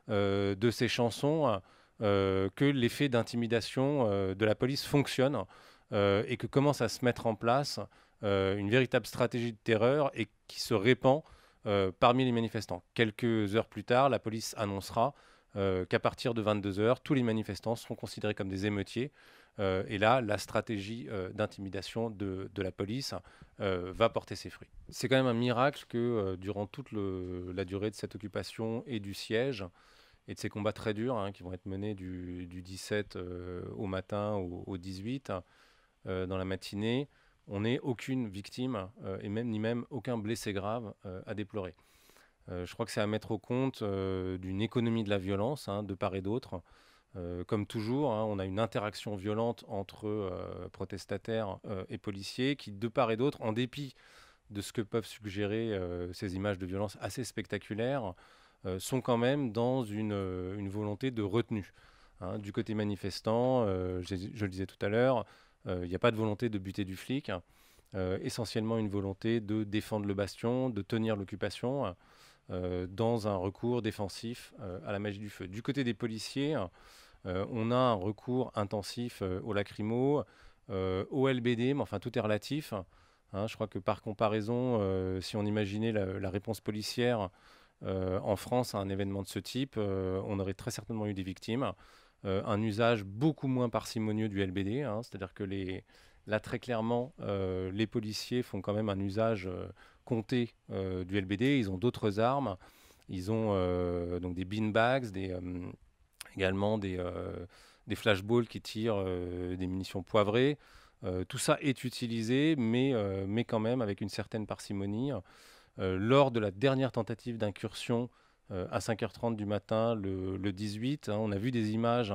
de ces chansons que l'effet d'intimidation de la police fonctionne et que commence à se mettre en place une véritable stratégie de terreur et qui se répand parmi les manifestants. Quelques heures plus tard, la police annoncera qu'à partir de 22h, tous les manifestants seront considérés comme des émeutiers. Et là, la stratégie d'intimidation de la police va porter ses fruits. C'est quand même un miracle que durant toute la durée de cette occupation et du siège, et de ces combats très durs hein, qui vont être menés du 17 au matin au 18, dans la matinée, on n'ait aucune victime et ni même aucun blessé grave à déplorer. Je crois que c'est à mettre au compte d'une économie de la violence hein, de part et d'autre. Comme toujours, hein, on a une interaction violente entre protestataires et policiers qui, de part et d'autre, en dépit de ce que peuvent suggérer ces images de violence assez spectaculaires, sont quand même dans une volonté de retenue. Hein. Du côté manifestant, je le disais tout à l'heure, il n'y a pas de volonté de buter du flic, essentiellement une volonté de défendre le bastion, de tenir l'occupation dans un recours défensif à la magie du feu. Du côté des policiers, on a un recours intensif aux lacrymos, au LBD, mais enfin tout est relatif. Hein, je crois que par comparaison, si on imaginait la réponse policière en France à un événement de ce type, on aurait très certainement eu des victimes. Un usage beaucoup moins parcimonieux du LBD, hein, c'est-à-dire que là très clairement les policiers font quand même un usage compté du LBD. Ils ont d'autres armes, ils ont donc des beanbags, également des flashballs qui tirent des munitions poivrées. Tout ça est utilisé, mais quand même avec une certaine parcimonie. Lors de la dernière tentative d'incursion à 5h30 du matin, le 18, hein, on a vu des images,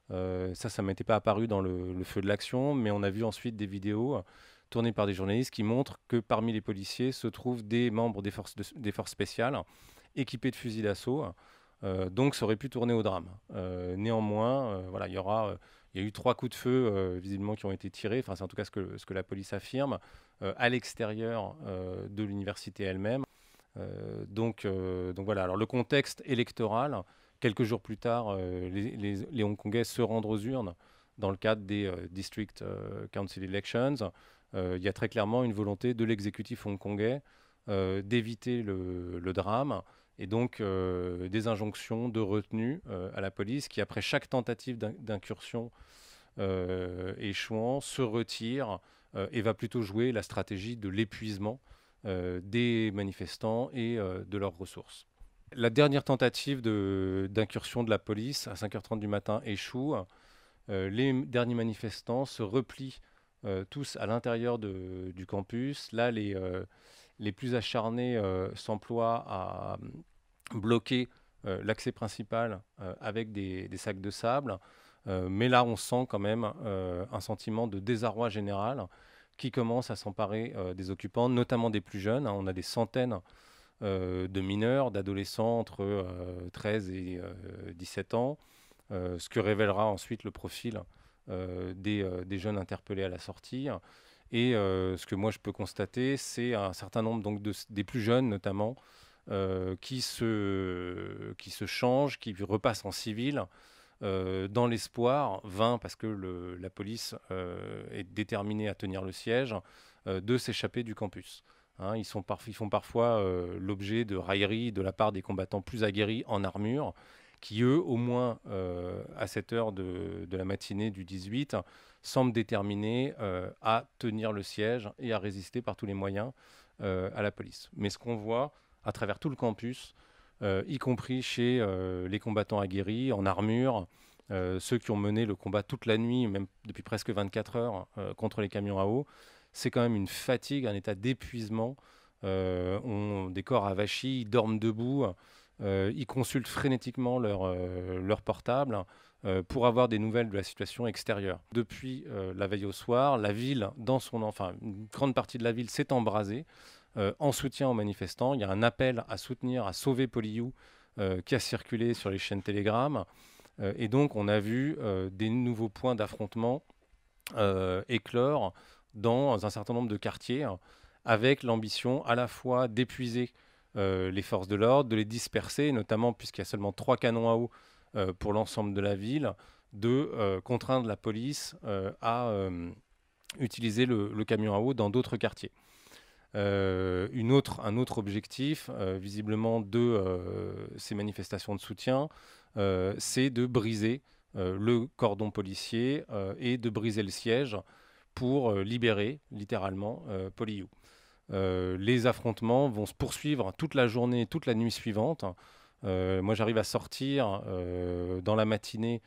ça ne m'était pas apparu dans le feu de l'action, mais on a vu ensuite des vidéos tournées par des journalistes qui montrent que parmi les policiers se trouvent des membres des forces spéciales équipés de fusils d'assaut, donc ça aurait pu tourner au drame. Néanmoins, voilà, il y a eu 3 coups de feu visiblement qui ont été tirés, enfin c'est en tout cas ce que la police affirme, à l'extérieur de l'université elle-même. Donc voilà, alors le contexte électoral, quelques jours plus tard, les Hongkongais se rendent aux urnes dans le cadre des District Council Elections. Il y a très clairement une volonté de l'exécutif hongkongais d'éviter le drame et donc des injonctions de retenue à la police qui, après chaque tentative d'incursion échouant, se retire et va plutôt jouer la stratégie de l'épuisement des manifestants et de leurs ressources. La dernière tentative d'incursion de la police à 5h30 du matin échoue. les derniers manifestants se replient tous à l'intérieur du campus. Là, les plus acharnés s'emploient à bloquer l'accès principal avec des sacs de sable. Mais là, on sent quand même un sentiment de désarroi général qui commence à s'emparer des occupants, notamment des plus jeunes. On a des centaines de mineurs, d'adolescents entre 13 et 17 ans, ce que révélera ensuite le profil des jeunes interpellés à la sortie. Et ce que moi je peux constater, c'est un certain nombre donc, des plus jeunes notamment, qui se changent, qui repassent en civil, dans l'espoir vain, parce que la police est déterminée à tenir le siège, de s'échapper du campus. Hein, ils font parfois l'objet de railleries de la part des combattants plus aguerris en armure, qui eux, au moins à cette heure de la matinée du 18, semblent déterminés à tenir le siège et à résister par tous les moyens à la police. Mais ce qu'on voit à travers tout le campus, y compris chez les combattants aguerris en armure, ceux qui ont mené le combat toute la nuit, même depuis presque 24 heures, contre les camions à eau, c'est quand même une fatigue, un état d'épuisement. Ont des corps avachis, ils dorment debout, ils consultent frénétiquement leur portable pour avoir des nouvelles de la situation extérieure. Depuis la veille au soir, la ville, une grande partie de la ville s'est embrasée en soutien aux manifestants. Il y a un appel à soutenir, à sauver Polyou qui a circulé sur les chaînes Telegram. Et donc, on a vu des nouveaux points d'affrontement éclore dans un certain nombre de quartiers, avec l'ambition à la fois d'épuiser les forces de l'ordre, de les disperser, notamment puisqu'il y a seulement 3 canons à eau pour l'ensemble de la ville, de contraindre la police à utiliser le camion à eau dans d'autres quartiers. Un autre objectif, visiblement, de ces manifestations de soutien, c'est de briser le cordon policier et de briser le siège pour libérer, littéralement, Polyou. Les affrontements vont se poursuivre toute la journée et toute la nuit suivante. Moi, j'arrive à sortir dans la matinée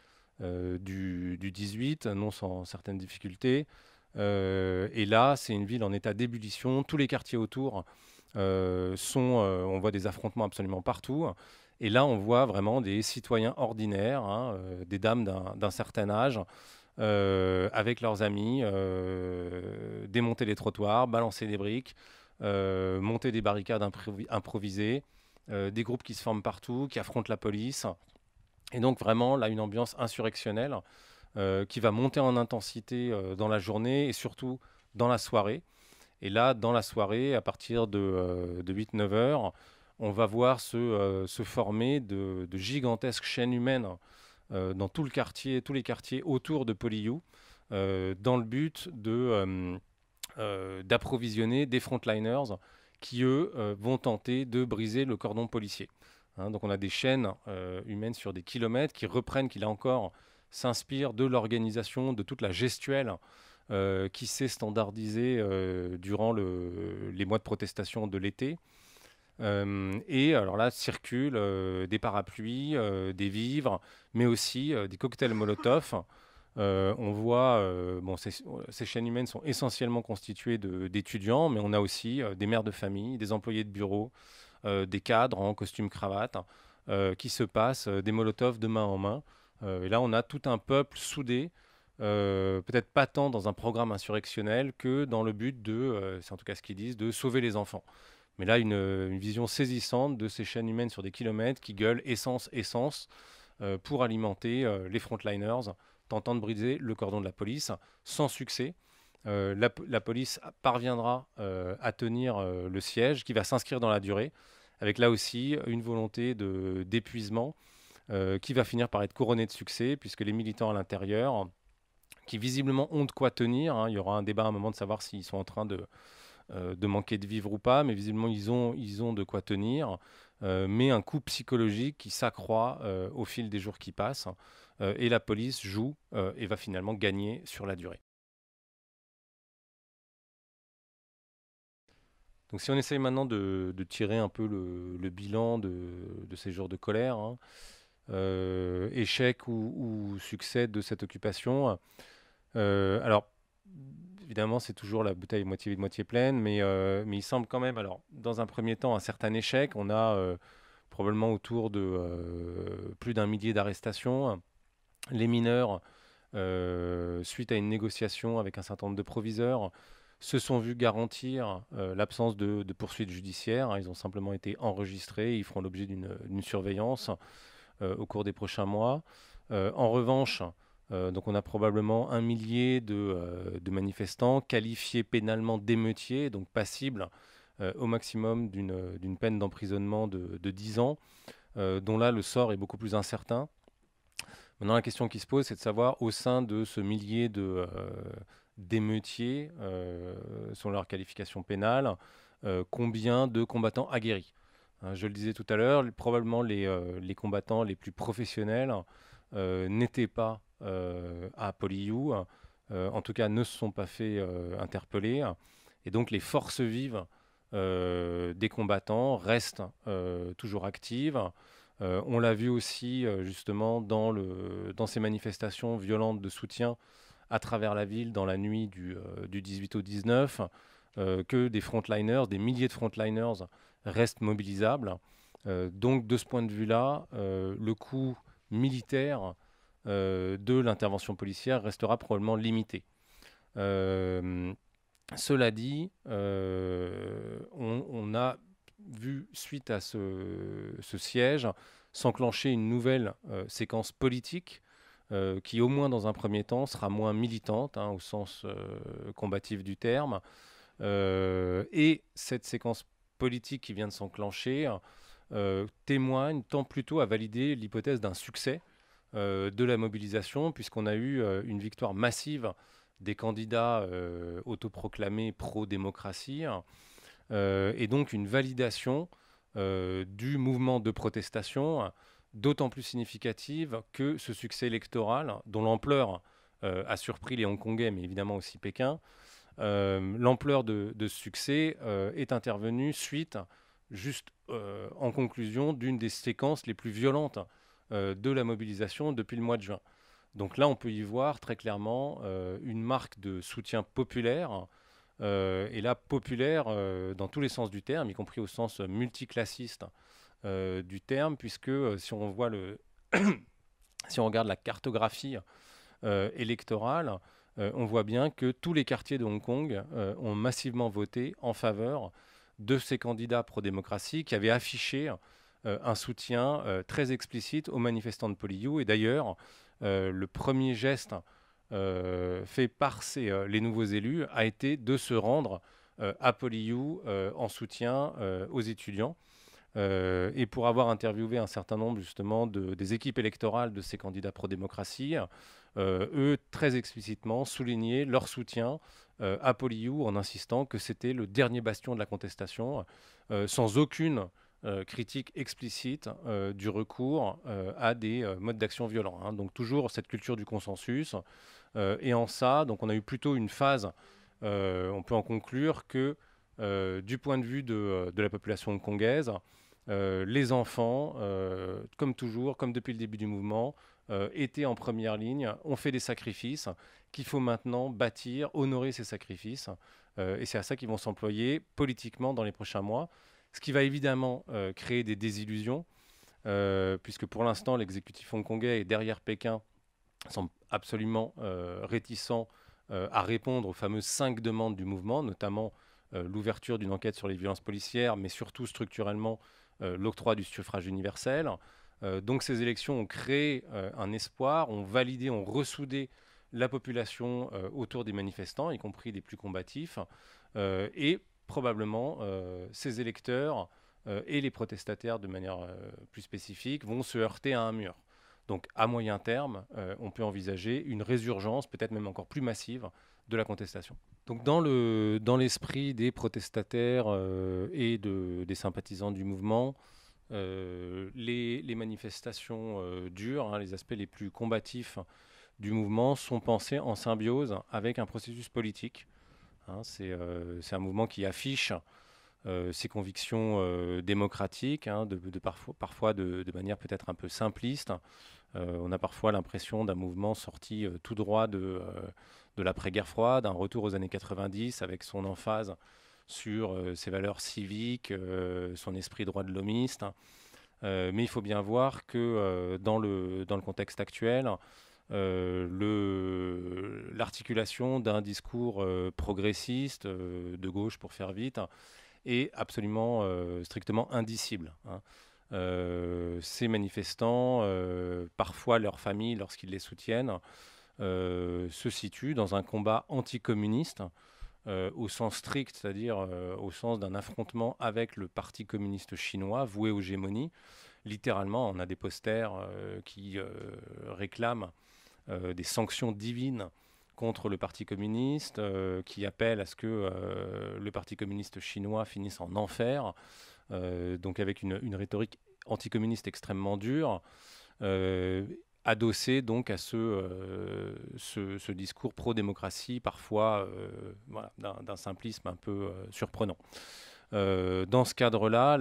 du 18, non sans certaines difficultés. Et là, c'est une ville en état d'ébullition. Tous les quartiers autour on voit des affrontements absolument partout. Et là, on voit vraiment des citoyens ordinaires, des dames d'un certain âge, avec leurs amis, démonter les trottoirs, balancer des briques, monter des barricades improvisées, des groupes qui se forment partout, qui affrontent la police. Et donc vraiment, là, une ambiance insurrectionnelle qui va monter en intensité dans la journée et surtout dans la soirée. Et là, dans la soirée, à partir de 8-9 heures, on va voir se former de gigantesques chaînes humaines dans tous les quartiers autour de Polyou, dans le but d'approvisionner des frontliners qui, eux, vont tenter de briser le cordon policier. Hein, donc on a des chaînes humaines sur des kilomètres qui reprennent, qui là encore s'inspirent de l'organisation, de toute la gestuelle qui s'est standardisée durant les mois de protestation de l'été. Et alors là, circulent des parapluies, des vivres, mais aussi des cocktails Molotov. On voit, ces chaînes humaines sont essentiellement constituées d'étudiants, mais on a aussi des mères de famille, des employés de bureau, des cadres en costume cravate, qui se passent des Molotov de main en main. Et là, on a tout un peuple soudé, peut-être pas tant dans un programme insurrectionnel que dans le but c'est en tout cas ce qu'ils disent, de sauver les enfants. Mais là, une vision saisissante de ces chaînes humaines sur des kilomètres qui gueulent essence, essence, pour alimenter les frontliners, tentant de briser le cordon de la police, sans succès. La police parviendra à tenir le siège, qui va s'inscrire dans la durée, avec là aussi une volonté d'épuisement, qui va finir par être couronnée de succès, puisque les militants à l'intérieur, qui visiblement ont de quoi tenir, hein, il y aura un débat à un moment de savoir s'ils sont en train de manquer de vivre ou pas, mais visiblement ils ont de quoi tenir, mais un coup psychologique qui s'accroît au fil des jours qui passent, et la police joue et va finalement gagner sur la durée. Donc si on essaye maintenant de tirer un peu le bilan de ces jours de colère, hein, échec ou succès de cette occupation. Alors, évidemment, c'est toujours la bouteille moitié vide, moitié pleine, mais il semble quand même, alors, dans un premier temps, un certain échec. On a probablement autour de plus d'1 millier d'arrestations. Les mineurs, suite à une négociation avec un certain nombre de proviseurs, se sont vus garantir l'absence de poursuites judiciaires. Ils ont simplement été enregistrés. Ils feront l'objet d'une surveillance au cours des prochains mois. En revanche, donc on a probablement 1 millier de manifestants qualifiés pénalement d'émeutiers, donc passibles au maximum d'une peine d'emprisonnement de 10 ans, dont là le sort est beaucoup plus incertain. Maintenant, la question qui se pose, c'est de savoir, au sein de ce millier d'émeutiers, selon leur qualification pénale, combien de combattants aguerris. Je le disais tout à l'heure, probablement les combattants les plus professionnels n'étaient pas à Polyou, en tout cas ne se sont pas fait interpeller, et donc les forces vives des combattants restent toujours actives. On l'a vu aussi justement dans ces manifestations violentes de soutien à travers la ville dans la nuit du 18 au 19, que des frontliners, des milliers de frontliners restent mobilisables. Donc de ce point de vue-là, le coût militaire de l'intervention policière restera probablement limité. Cela dit, on a vu, suite à ce siège, s'enclencher une nouvelle séquence politique qui, au moins dans un premier temps, sera moins militante, au sens combatif du terme. Et cette séquence politique qui vient de s'enclencher témoigne, tend plutôt à valider l'hypothèse d'un succès de la mobilisation, puisqu'on a eu une victoire massive des candidats autoproclamés pro-démocratie, et donc une validation du mouvement de protestation, d'autant plus significative que ce succès électoral, dont l'ampleur a surpris les Hongkongais, mais évidemment aussi Pékin, l'ampleur de ce succès est intervenue suite, juste en conclusion, d'une des séquences les plus violentes de la mobilisation depuis le mois de juin. Donc là, on peut y voir très clairement une marque de soutien populaire, et là, populaire dans tous les sens du terme, y compris au sens multiclassiste du terme, puisque si on voit si on regarde la cartographie électorale, on voit bien que tous les quartiers de Hong Kong ont massivement voté en faveur de ces candidats pro-démocratie qui avaient affiché un soutien très explicite aux manifestants de Polyou. Et d'ailleurs, le premier geste fait par les nouveaux élus a été de se rendre à Polyou en soutien aux étudiants. Et pour avoir interviewé un certain nombre justement des équipes électorales de ces candidats pro-démocratie, eux très explicitement soulignaient leur soutien à Polyou en insistant que c'était le dernier bastion de la contestation, sans aucune critique explicite du recours à des modes d'action violents. Donc toujours cette culture du consensus. Et en ça, donc on a eu plutôt une phase, on peut en conclure que du point de vue de la population hongkongaise, les enfants, comme toujours, comme depuis le début du mouvement, étaient en première ligne, ont fait des sacrifices qu'il faut maintenant bâtir, honorer ces sacrifices. Et c'est à ça qu'ils vont s'employer politiquement dans les prochains mois. Ce qui va évidemment créer des désillusions, puisque pour l'instant, l'exécutif hongkongais est derrière Pékin, semble absolument réticent à répondre aux fameuses 5 demandes du mouvement, notamment l'ouverture d'une enquête sur les violences policières, mais surtout structurellement l'octroi du suffrage universel. Donc ces élections ont créé un espoir, ont validé, ont ressoudé la population autour des manifestants, y compris des plus combatifs, et probablement ces électeurs et les protestataires de manière plus spécifique vont se heurter à un mur. Donc à moyen terme, on peut envisager une résurgence, peut-être même encore plus massive, de la contestation. Donc dans l'esprit des protestataires et des sympathisants du mouvement, les manifestations dures, les aspects les plus combatifs du mouvement sont pensés en symbiose avec un processus politique. C'est un mouvement qui affiche ses convictions démocratiques, hein, parfois de manière peut-être un peu simpliste. On a parfois l'impression d'un mouvement sorti tout droit de l'après-guerre froide, un retour aux années 90 avec son emphase sur ses valeurs civiques, son esprit droit de l'homiste. Mais il faut bien voir que dans le contexte actuel, l'articulation d'un discours progressiste, de gauche pour faire vite, est absolument strictement indicible, hein. Ces manifestants, parfois leurs familles, lorsqu'ils les soutiennent, se situent dans un combat anticommuniste, au sens strict, c'est-à-dire au sens d'un affrontement avec le Parti communiste chinois voué aux gémonies. Littéralement, on a des posters qui réclament des sanctions divines contre le Parti communiste, qui appellent à ce que le Parti communiste chinois finisse en enfer, donc avec une rhétorique anticommuniste extrêmement dure, adossée donc à ce discours pro-démocratie, parfois voilà, d'un simplisme un peu surprenant. Dans ce cadre-là,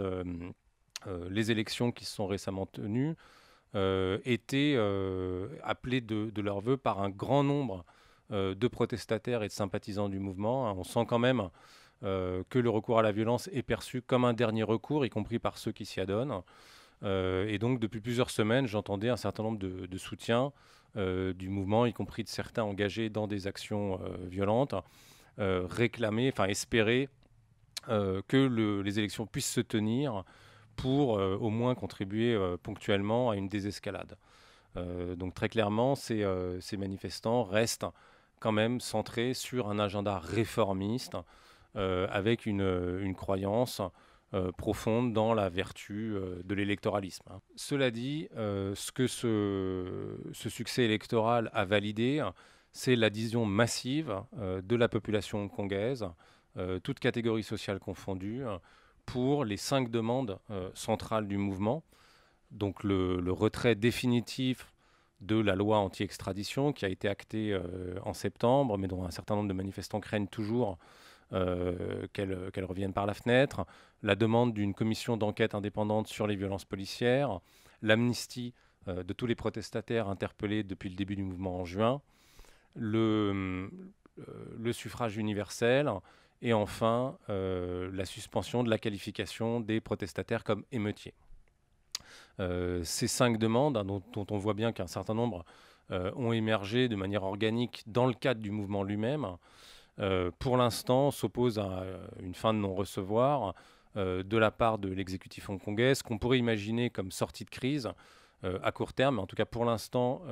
les élections qui se sont récemment tenues étaient appelées de leur vœu par un grand nombre de protestataires et de sympathisants du mouvement, hein. On sent quand même que le recours à la violence est perçu comme un dernier recours, y compris par ceux qui s'y adonnent. Et donc, depuis plusieurs semaines, j'entendais un certain nombre de soutiens du mouvement, y compris de certains engagés dans des actions violentes, espérer que les élections puissent se tenir pour au moins contribuer ponctuellement à une désescalade. Donc très clairement, ces manifestants restent quand même centrés sur un agenda réformiste, avec une croyance profonde dans la vertu de l'électoralisme, hein. Cela dit, ce que ce succès électoral a validé, c'est l'adhésion massive de la population hongkongaise, toutes catégories sociales confondues, pour les 5 demandes centrales du mouvement. Donc le retrait définitif de la loi anti-extradition qui a été actée en septembre, mais dont un certain nombre de manifestants craignent toujours qu'elle revienne par la fenêtre, la demande d'une commission d'enquête indépendante sur les violences policières, l'amnistie de tous les protestataires interpellés depuis le début du mouvement en juin, le suffrage universel, et enfin la suspension de la qualification des protestataires comme émeutiers. Ces 5 demandes, hein, dont on voit bien qu'un certain nombre ont émergé de manière organique dans le cadre du mouvement lui-même, pour l'instant s'opposent à une fin de non-recevoir de la part de l'exécutif hongkongais, ce qu'on pourrait imaginer comme sortie de crise à court terme. En tout cas, pour l'instant,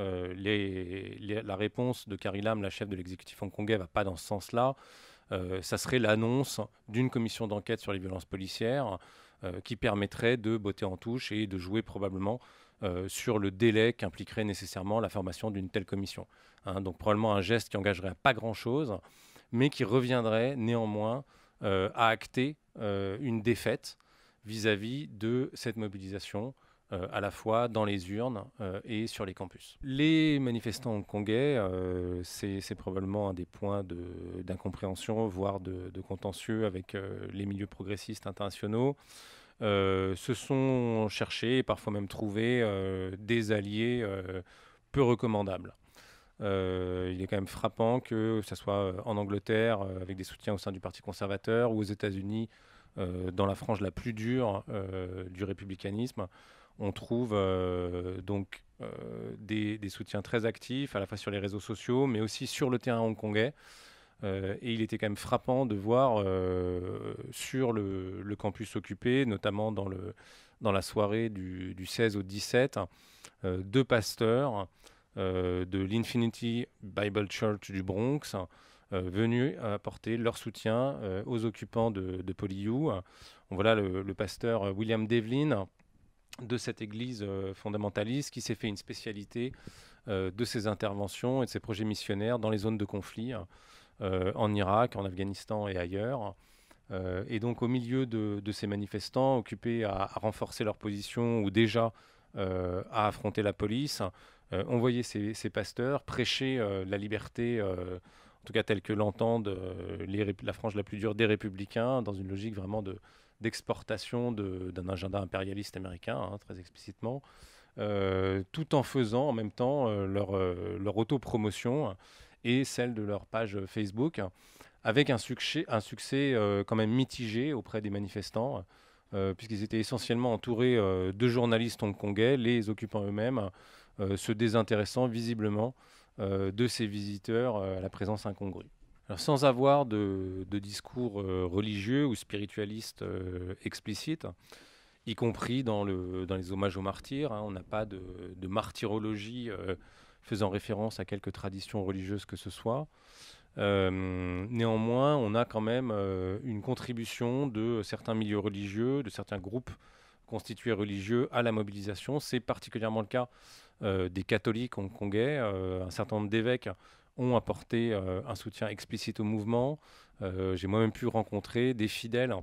la réponse de Carrie Lam, la chef de l'exécutif hongkongais, ne va pas dans ce sens-là. Ça serait l'annonce d'une commission d'enquête sur les violences policières qui permettrait de botter en touche et de jouer probablement sur le délai qu'impliquerait nécessairement la formation d'une telle commission, hein. Donc probablement un geste qui engagerait pas grand-chose, mais qui reviendrait néanmoins à acter une défaite vis-à-vis de cette mobilisation, à la fois dans les urnes et sur les campus. Les manifestants hongkongais, c'est probablement un des points d'incompréhension, voire de contentieux avec les milieux progressistes internationaux, se sont cherchés et parfois même trouvés des alliés peu recommandables. Il est quand même frappant que ce soit en Angleterre, avec des soutiens au sein du Parti conservateur, ou aux États-Unis, dans la frange la plus dure du républicanisme, on trouve des soutiens très actifs, à la fois sur les réseaux sociaux, mais aussi sur le terrain hongkongais. Et il était quand même frappant de voir sur le campus occupé, notamment dans la soirée du 16 au 17, 2 pasteurs de l'Infinity Bible Church du Bronx venus apporter leur soutien aux occupants de Polyou. Voilà le pasteur William Devlin de cette église fondamentaliste qui s'est fait une spécialité de ses interventions et de ses projets missionnaires dans les zones de conflit en Irak, en Afghanistan et ailleurs. Et donc au milieu de ces manifestants occupés à renforcer leur position ou déjà à affronter la police, on voyait ces pasteurs prêcher la liberté en tout cas telle que l'entendent la frange la plus dure des républicains, dans une logique vraiment d'exportation d'un agenda impérialiste américain, hein, très explicitement, tout en faisant en même temps leur autopromotion et celle de leur page Facebook, avec un succès quand même mitigé auprès des manifestants, puisqu'ils étaient essentiellement entourés de journalistes hongkongais, les occupants eux-mêmes, se désintéressant visiblement de ces visiteurs à la présence incongrue. Alors, sans avoir de discours religieux ou spiritualistes explicites, y compris dans les hommages aux martyrs, hein, on n'a pas de martyrologie faisant référence à quelque tradition religieuse que ce soit. Néanmoins, on a quand même une contribution de certains milieux religieux, de certains groupes constitués religieux à la mobilisation. C'est particulièrement le cas des catholiques hongkongais. Un certain nombre d'évêques ont apporté un soutien explicite au mouvement. J'ai moi-même pu rencontrer des fidèles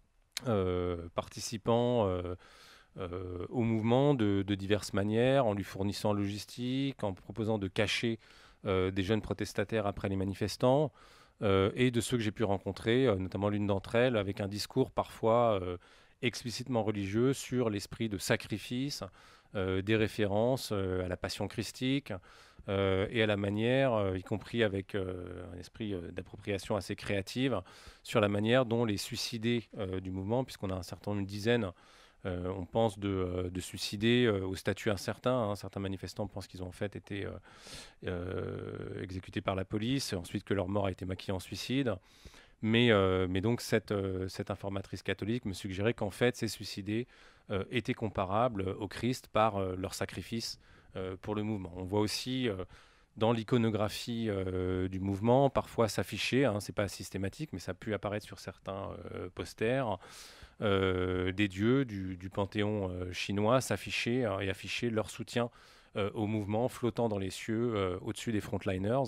participant au mouvement de diverses manières, en lui fournissant logistique, en proposant de cacher des jeunes protestataires après les manifestants, et de ceux que j'ai pu rencontrer, notamment l'une d'entre elles, avec un discours parfois explicitement religieux sur l'esprit de sacrifice, des références à la passion christique et à la manière, y compris avec un esprit d'appropriation assez créative, sur la manière dont les suicidés du mouvement, puisqu'on a un certain nombre, une dizaine, on pense de suicider au statut incertain. Hein. Certains manifestants pensent qu'ils ont en fait été exécutés par la police, et ensuite que leur mort a été maquillée en suicide. Mais donc cette informatrice catholique me suggérait qu'en fait ces suicidés étaient comparables au Christ par leur sacrifice pour le mouvement. On voit aussi dans l'iconographie du mouvement parfois s'afficher, hein, c'est pas systématique, mais ça a pu apparaître sur certains posters, des dieux du panthéon chinois s'afficher et afficher leur soutien au mouvement flottant dans les cieux au-dessus des frontliners.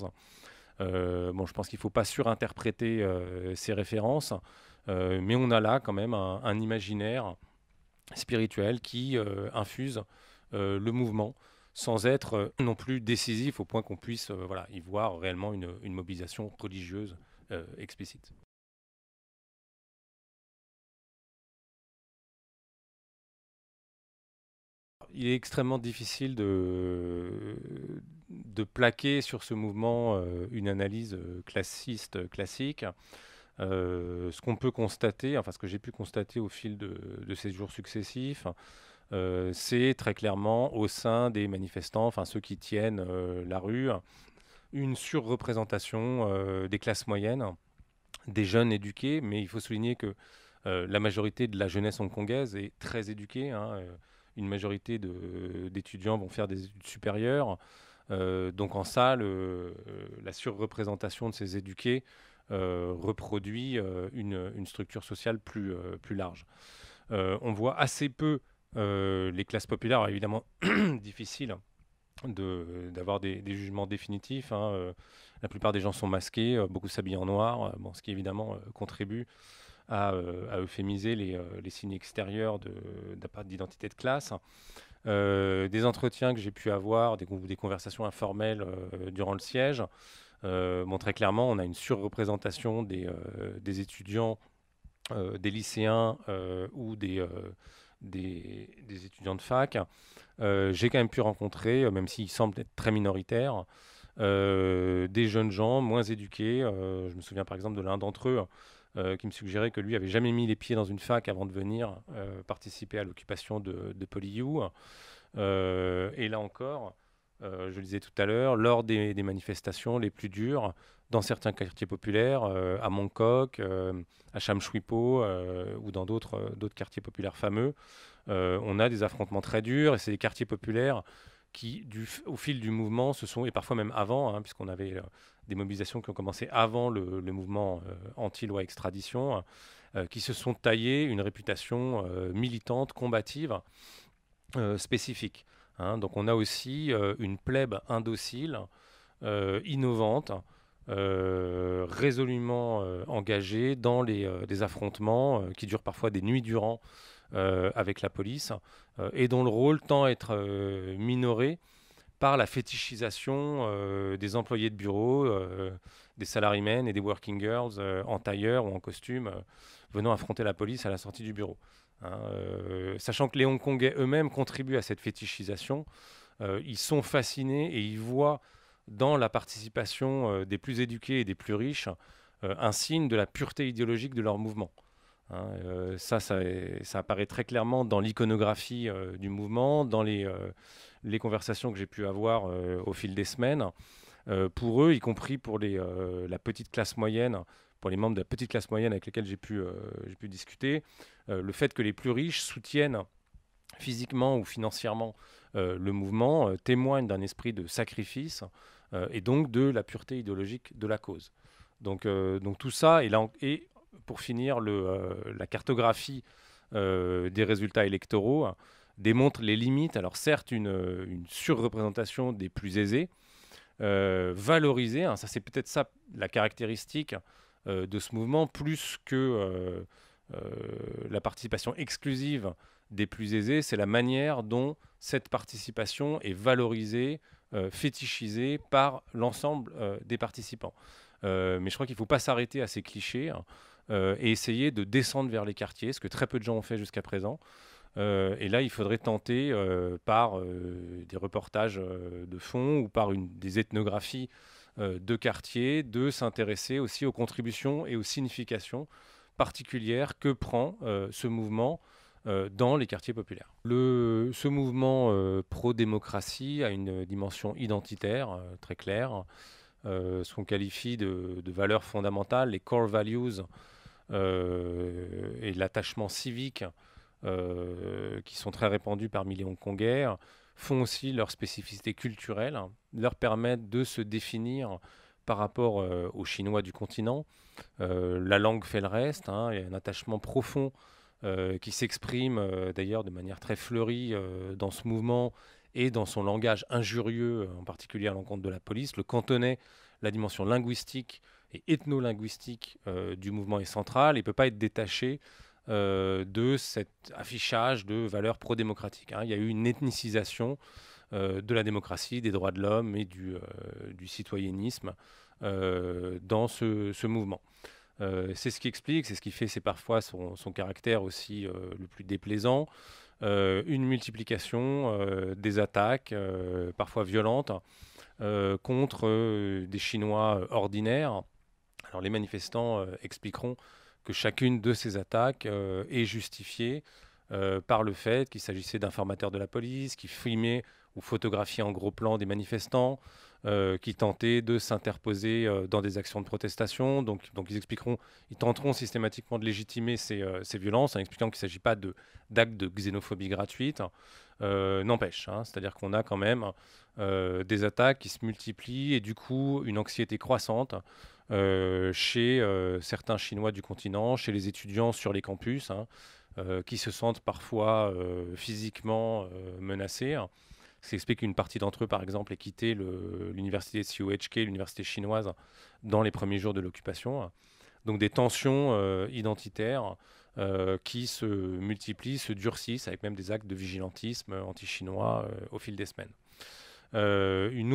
Je pense qu'il ne faut pas surinterpréter ces références, mais on a là quand même un imaginaire spirituel qui infuse le mouvement sans être non plus décisif au point qu'on puisse y voir réellement une mobilisation religieuse explicite. Il est extrêmement difficile de plaquer sur ce mouvement une analyse classiste classique. Ce qu'on peut constater, enfin ce que j'ai pu constater au fil de ces jours successifs, c'est très clairement au sein des manifestants, enfin ceux qui tiennent la rue, une surreprésentation des classes moyennes, des jeunes éduqués, mais il faut souligner que la majorité de la jeunesse hongkongaise est très éduquée, hein, une majorité d'étudiants vont faire des études supérieures. Donc en ça, la surreprésentation de ces éduqués reproduit une structure sociale plus large. On voit assez peu les classes populaires. Alors, évidemment, difficile d'avoir des jugements définitifs. Hein. La plupart des gens sont masqués, beaucoup s'habillent en noir, ce qui évidemment contribue à euphémiser les signes extérieurs d'identité de classe. Des entretiens que j'ai pu avoir, des conversations informelles durant le siège, très clairement, on a une surreprésentation des étudiants, des lycéens ou des étudiants de fac. J'ai quand même pu rencontrer, même s'ils semblent être très minoritaires, des jeunes gens moins éduqués. Je me souviens par exemple de l'un d'entre eux qui me suggérait que lui avait jamais mis les pieds dans une fac avant de venir participer à l'occupation de PolyU. Et là encore, je le disais tout à l'heure, lors des manifestations les plus dures, dans certains quartiers populaires, à Mongkok, à Shamshui-po ou dans d'autres quartiers populaires fameux, on a des affrontements très durs, et c'est des quartiers populaires qui, au fil du mouvement, et parfois même avant, hein, puisqu'on avait des mobilisations qui ont commencé avant le mouvement anti-loi extradition, qui se sont taillés une réputation militante, combative, spécifique. Hein. Donc on a aussi une plèbe indocile, innovante, résolument engagée dans des affrontements qui durent parfois des nuits durant avec la police, et dont le rôle tend à être minoré par la fétichisation des employés de bureau, des salarymen et des working girls en tailleur ou en costume venant affronter la police à la sortie du bureau. Hein, sachant que les Hongkongais eux-mêmes contribuent à cette fétichisation, ils sont fascinés et ils voient dans la participation des plus éduqués et des plus riches un signe de la pureté idéologique de leur mouvement. Hein, ça apparaît très clairement dans l'iconographie du mouvement, dans les conversations que j'ai pu avoir au fil des semaines. Pour eux, y compris pour la petite classe moyenne, pour les membres de la petite classe moyenne avec lesquels j'ai pu discuter, le fait que les plus riches soutiennent physiquement ou financièrement le mouvement témoigne d'un esprit de sacrifice et donc de la pureté idéologique de la cause. Donc tout ça, et pour finir, la cartographie des résultats électoraux démontre les limites. Alors certes, une surreprésentation des plus aisés, valorisée, hein, ça c'est peut-être ça la caractéristique de ce mouvement, plus que la participation exclusive des plus aisés, c'est la manière dont cette participation est valorisée, fétichisée par l'ensemble des participants. Mais je crois qu'il ne faut pas s'arrêter à ces clichés et essayer de descendre vers les quartiers, ce que très peu de gens ont fait jusqu'à présent. Et là, il faudrait tenter par des reportages de fond ou par des ethnographies de quartiers de s'intéresser aussi aux contributions et aux significations particulières que prend ce mouvement dans les quartiers populaires. Ce mouvement pro-démocratie a une dimension identitaire très claire, ce qu'on qualifie de valeurs fondamentales, les core values et l'attachement civique qui sont très répandus parmi les Hongkongais, font aussi leur spécificité culturelle, leur permettent de se définir par rapport aux Chinois du continent. La langue fait le reste, hein, il y a un attachement profond qui s'exprime d'ailleurs de manière très fleurie dans ce mouvement et dans son langage injurieux, en particulier à l'encontre de la police. Le cantonais, la dimension linguistique et ethno-linguistique du mouvement est centrale et ne peut pas être détaché de cet affichage de valeurs pro-démocratiques. Hein. Il y a eu une ethnicisation de la démocratie, des droits de l'homme et du citoyennisme dans ce mouvement. C'est ce qui explique, c'est ce qui fait, c'est parfois son caractère aussi le plus déplaisant, une multiplication des attaques, parfois violentes, contre des Chinois ordinaires. Alors les manifestants expliqueront que chacune de ces attaques est justifiée par le fait qu'il s'agissait d'informateurs de la police, qui filmaient ou photographiaient en gros plan des manifestants, qui tentaient de s'interposer dans des actions de protestation. Donc ils tenteront systématiquement de légitimer ces violences en expliquant qu'il ne s'agit pas d'actes de xénophobie gratuite. N'empêche, hein, c'est-à-dire qu'on a quand même des attaques qui se multiplient et du coup une anxiété croissante chez certains Chinois du continent, chez les étudiants sur les campus, hein, qui se sentent parfois physiquement menacés. Ce qui explique qu'une partie d'entre eux, par exemple, ait quitté l'université de CUHK, l'université chinoise, dans les premiers jours de l'occupation. Donc des tensions identitaires qui se multiplient, se durcissent, avec même des actes de vigilantisme anti-chinois au fil des semaines. Un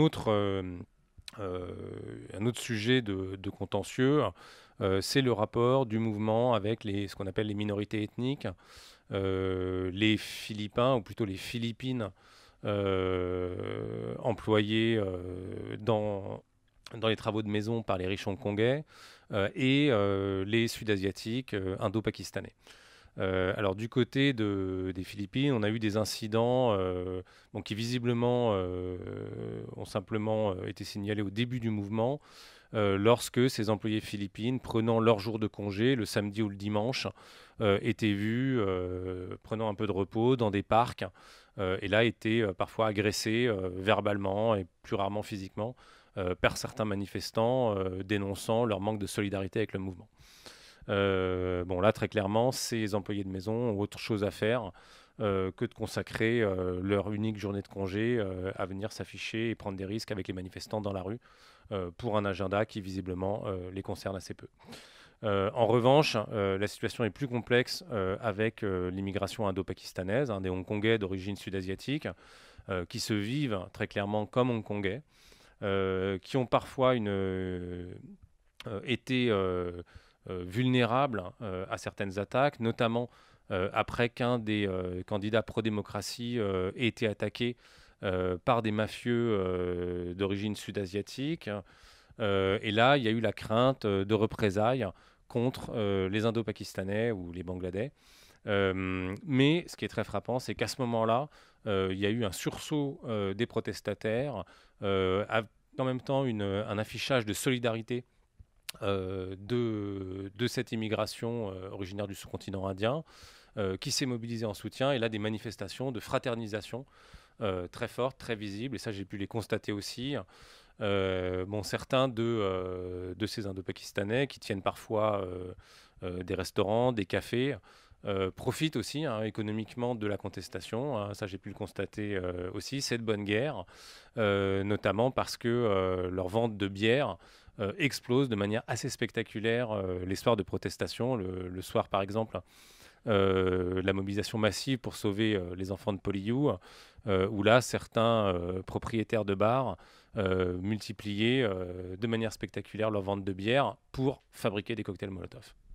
autre sujet de contentieux, c'est le rapport du mouvement avec ce qu'on appelle les minorités ethniques, les Philippins, ou plutôt les Philippines, employés dans les travaux de maison par les riches hongkongais, et les Sud-Asiatiques indo-pakistanais. Alors du côté des Philippines, on a eu des incidents qui visiblement ont simplement été signalés au début du mouvement, lorsque ces employés philippines, prenant leur jour de congé, le samedi ou le dimanche, étaient vus prenant un peu de repos dans des parcs, et là étaient parfois agressés verbalement et plus rarement physiquement par certains manifestants dénonçant leur manque de solidarité avec le mouvement. Là, très clairement, ces employés de maison ont autre chose à faire que de consacrer leur unique journée de congé à venir s'afficher et prendre des risques avec les manifestants dans la rue pour un agenda qui, visiblement, les concerne assez peu. En revanche, la situation est plus complexe avec l'immigration indo-pakistanaise, des Hongkongais d'origine sud-asiatique, qui se vivent très clairement comme hongkongais, qui ont parfois été vulnérables à certaines attaques, notamment après qu'un des candidats pro-démocratie ait été attaqué par des mafieux d'origine sud-asiatique. Et là, il y a eu la crainte de représailles contre les Indo-Pakistanais ou les Bangladais. Mais ce qui est très frappant, c'est qu'à ce moment-là, il y a eu un sursaut des protestataires, en même temps un affichage de solidarité de cette immigration originaire du sous-continent indien, qui s'est mobilisée en soutien, et là des manifestations de fraternisation très fortes, très visibles, et ça j'ai pu les constater aussi. Certains de ces Indo-Pakistanais qui tiennent parfois des restaurants, des cafés, profitent aussi économiquement de la contestation, ça j'ai pu le constater aussi, cette bonne guerre, notamment parce que leur vente de bière explose de manière assez spectaculaire les soirs de protestation. Le soir par exemple, la mobilisation massive pour sauver les enfants de Poliou, où là certains propriétaires de bars multipliaient de manière spectaculaire leur vente de bière pour fabriquer des cocktails Molotov.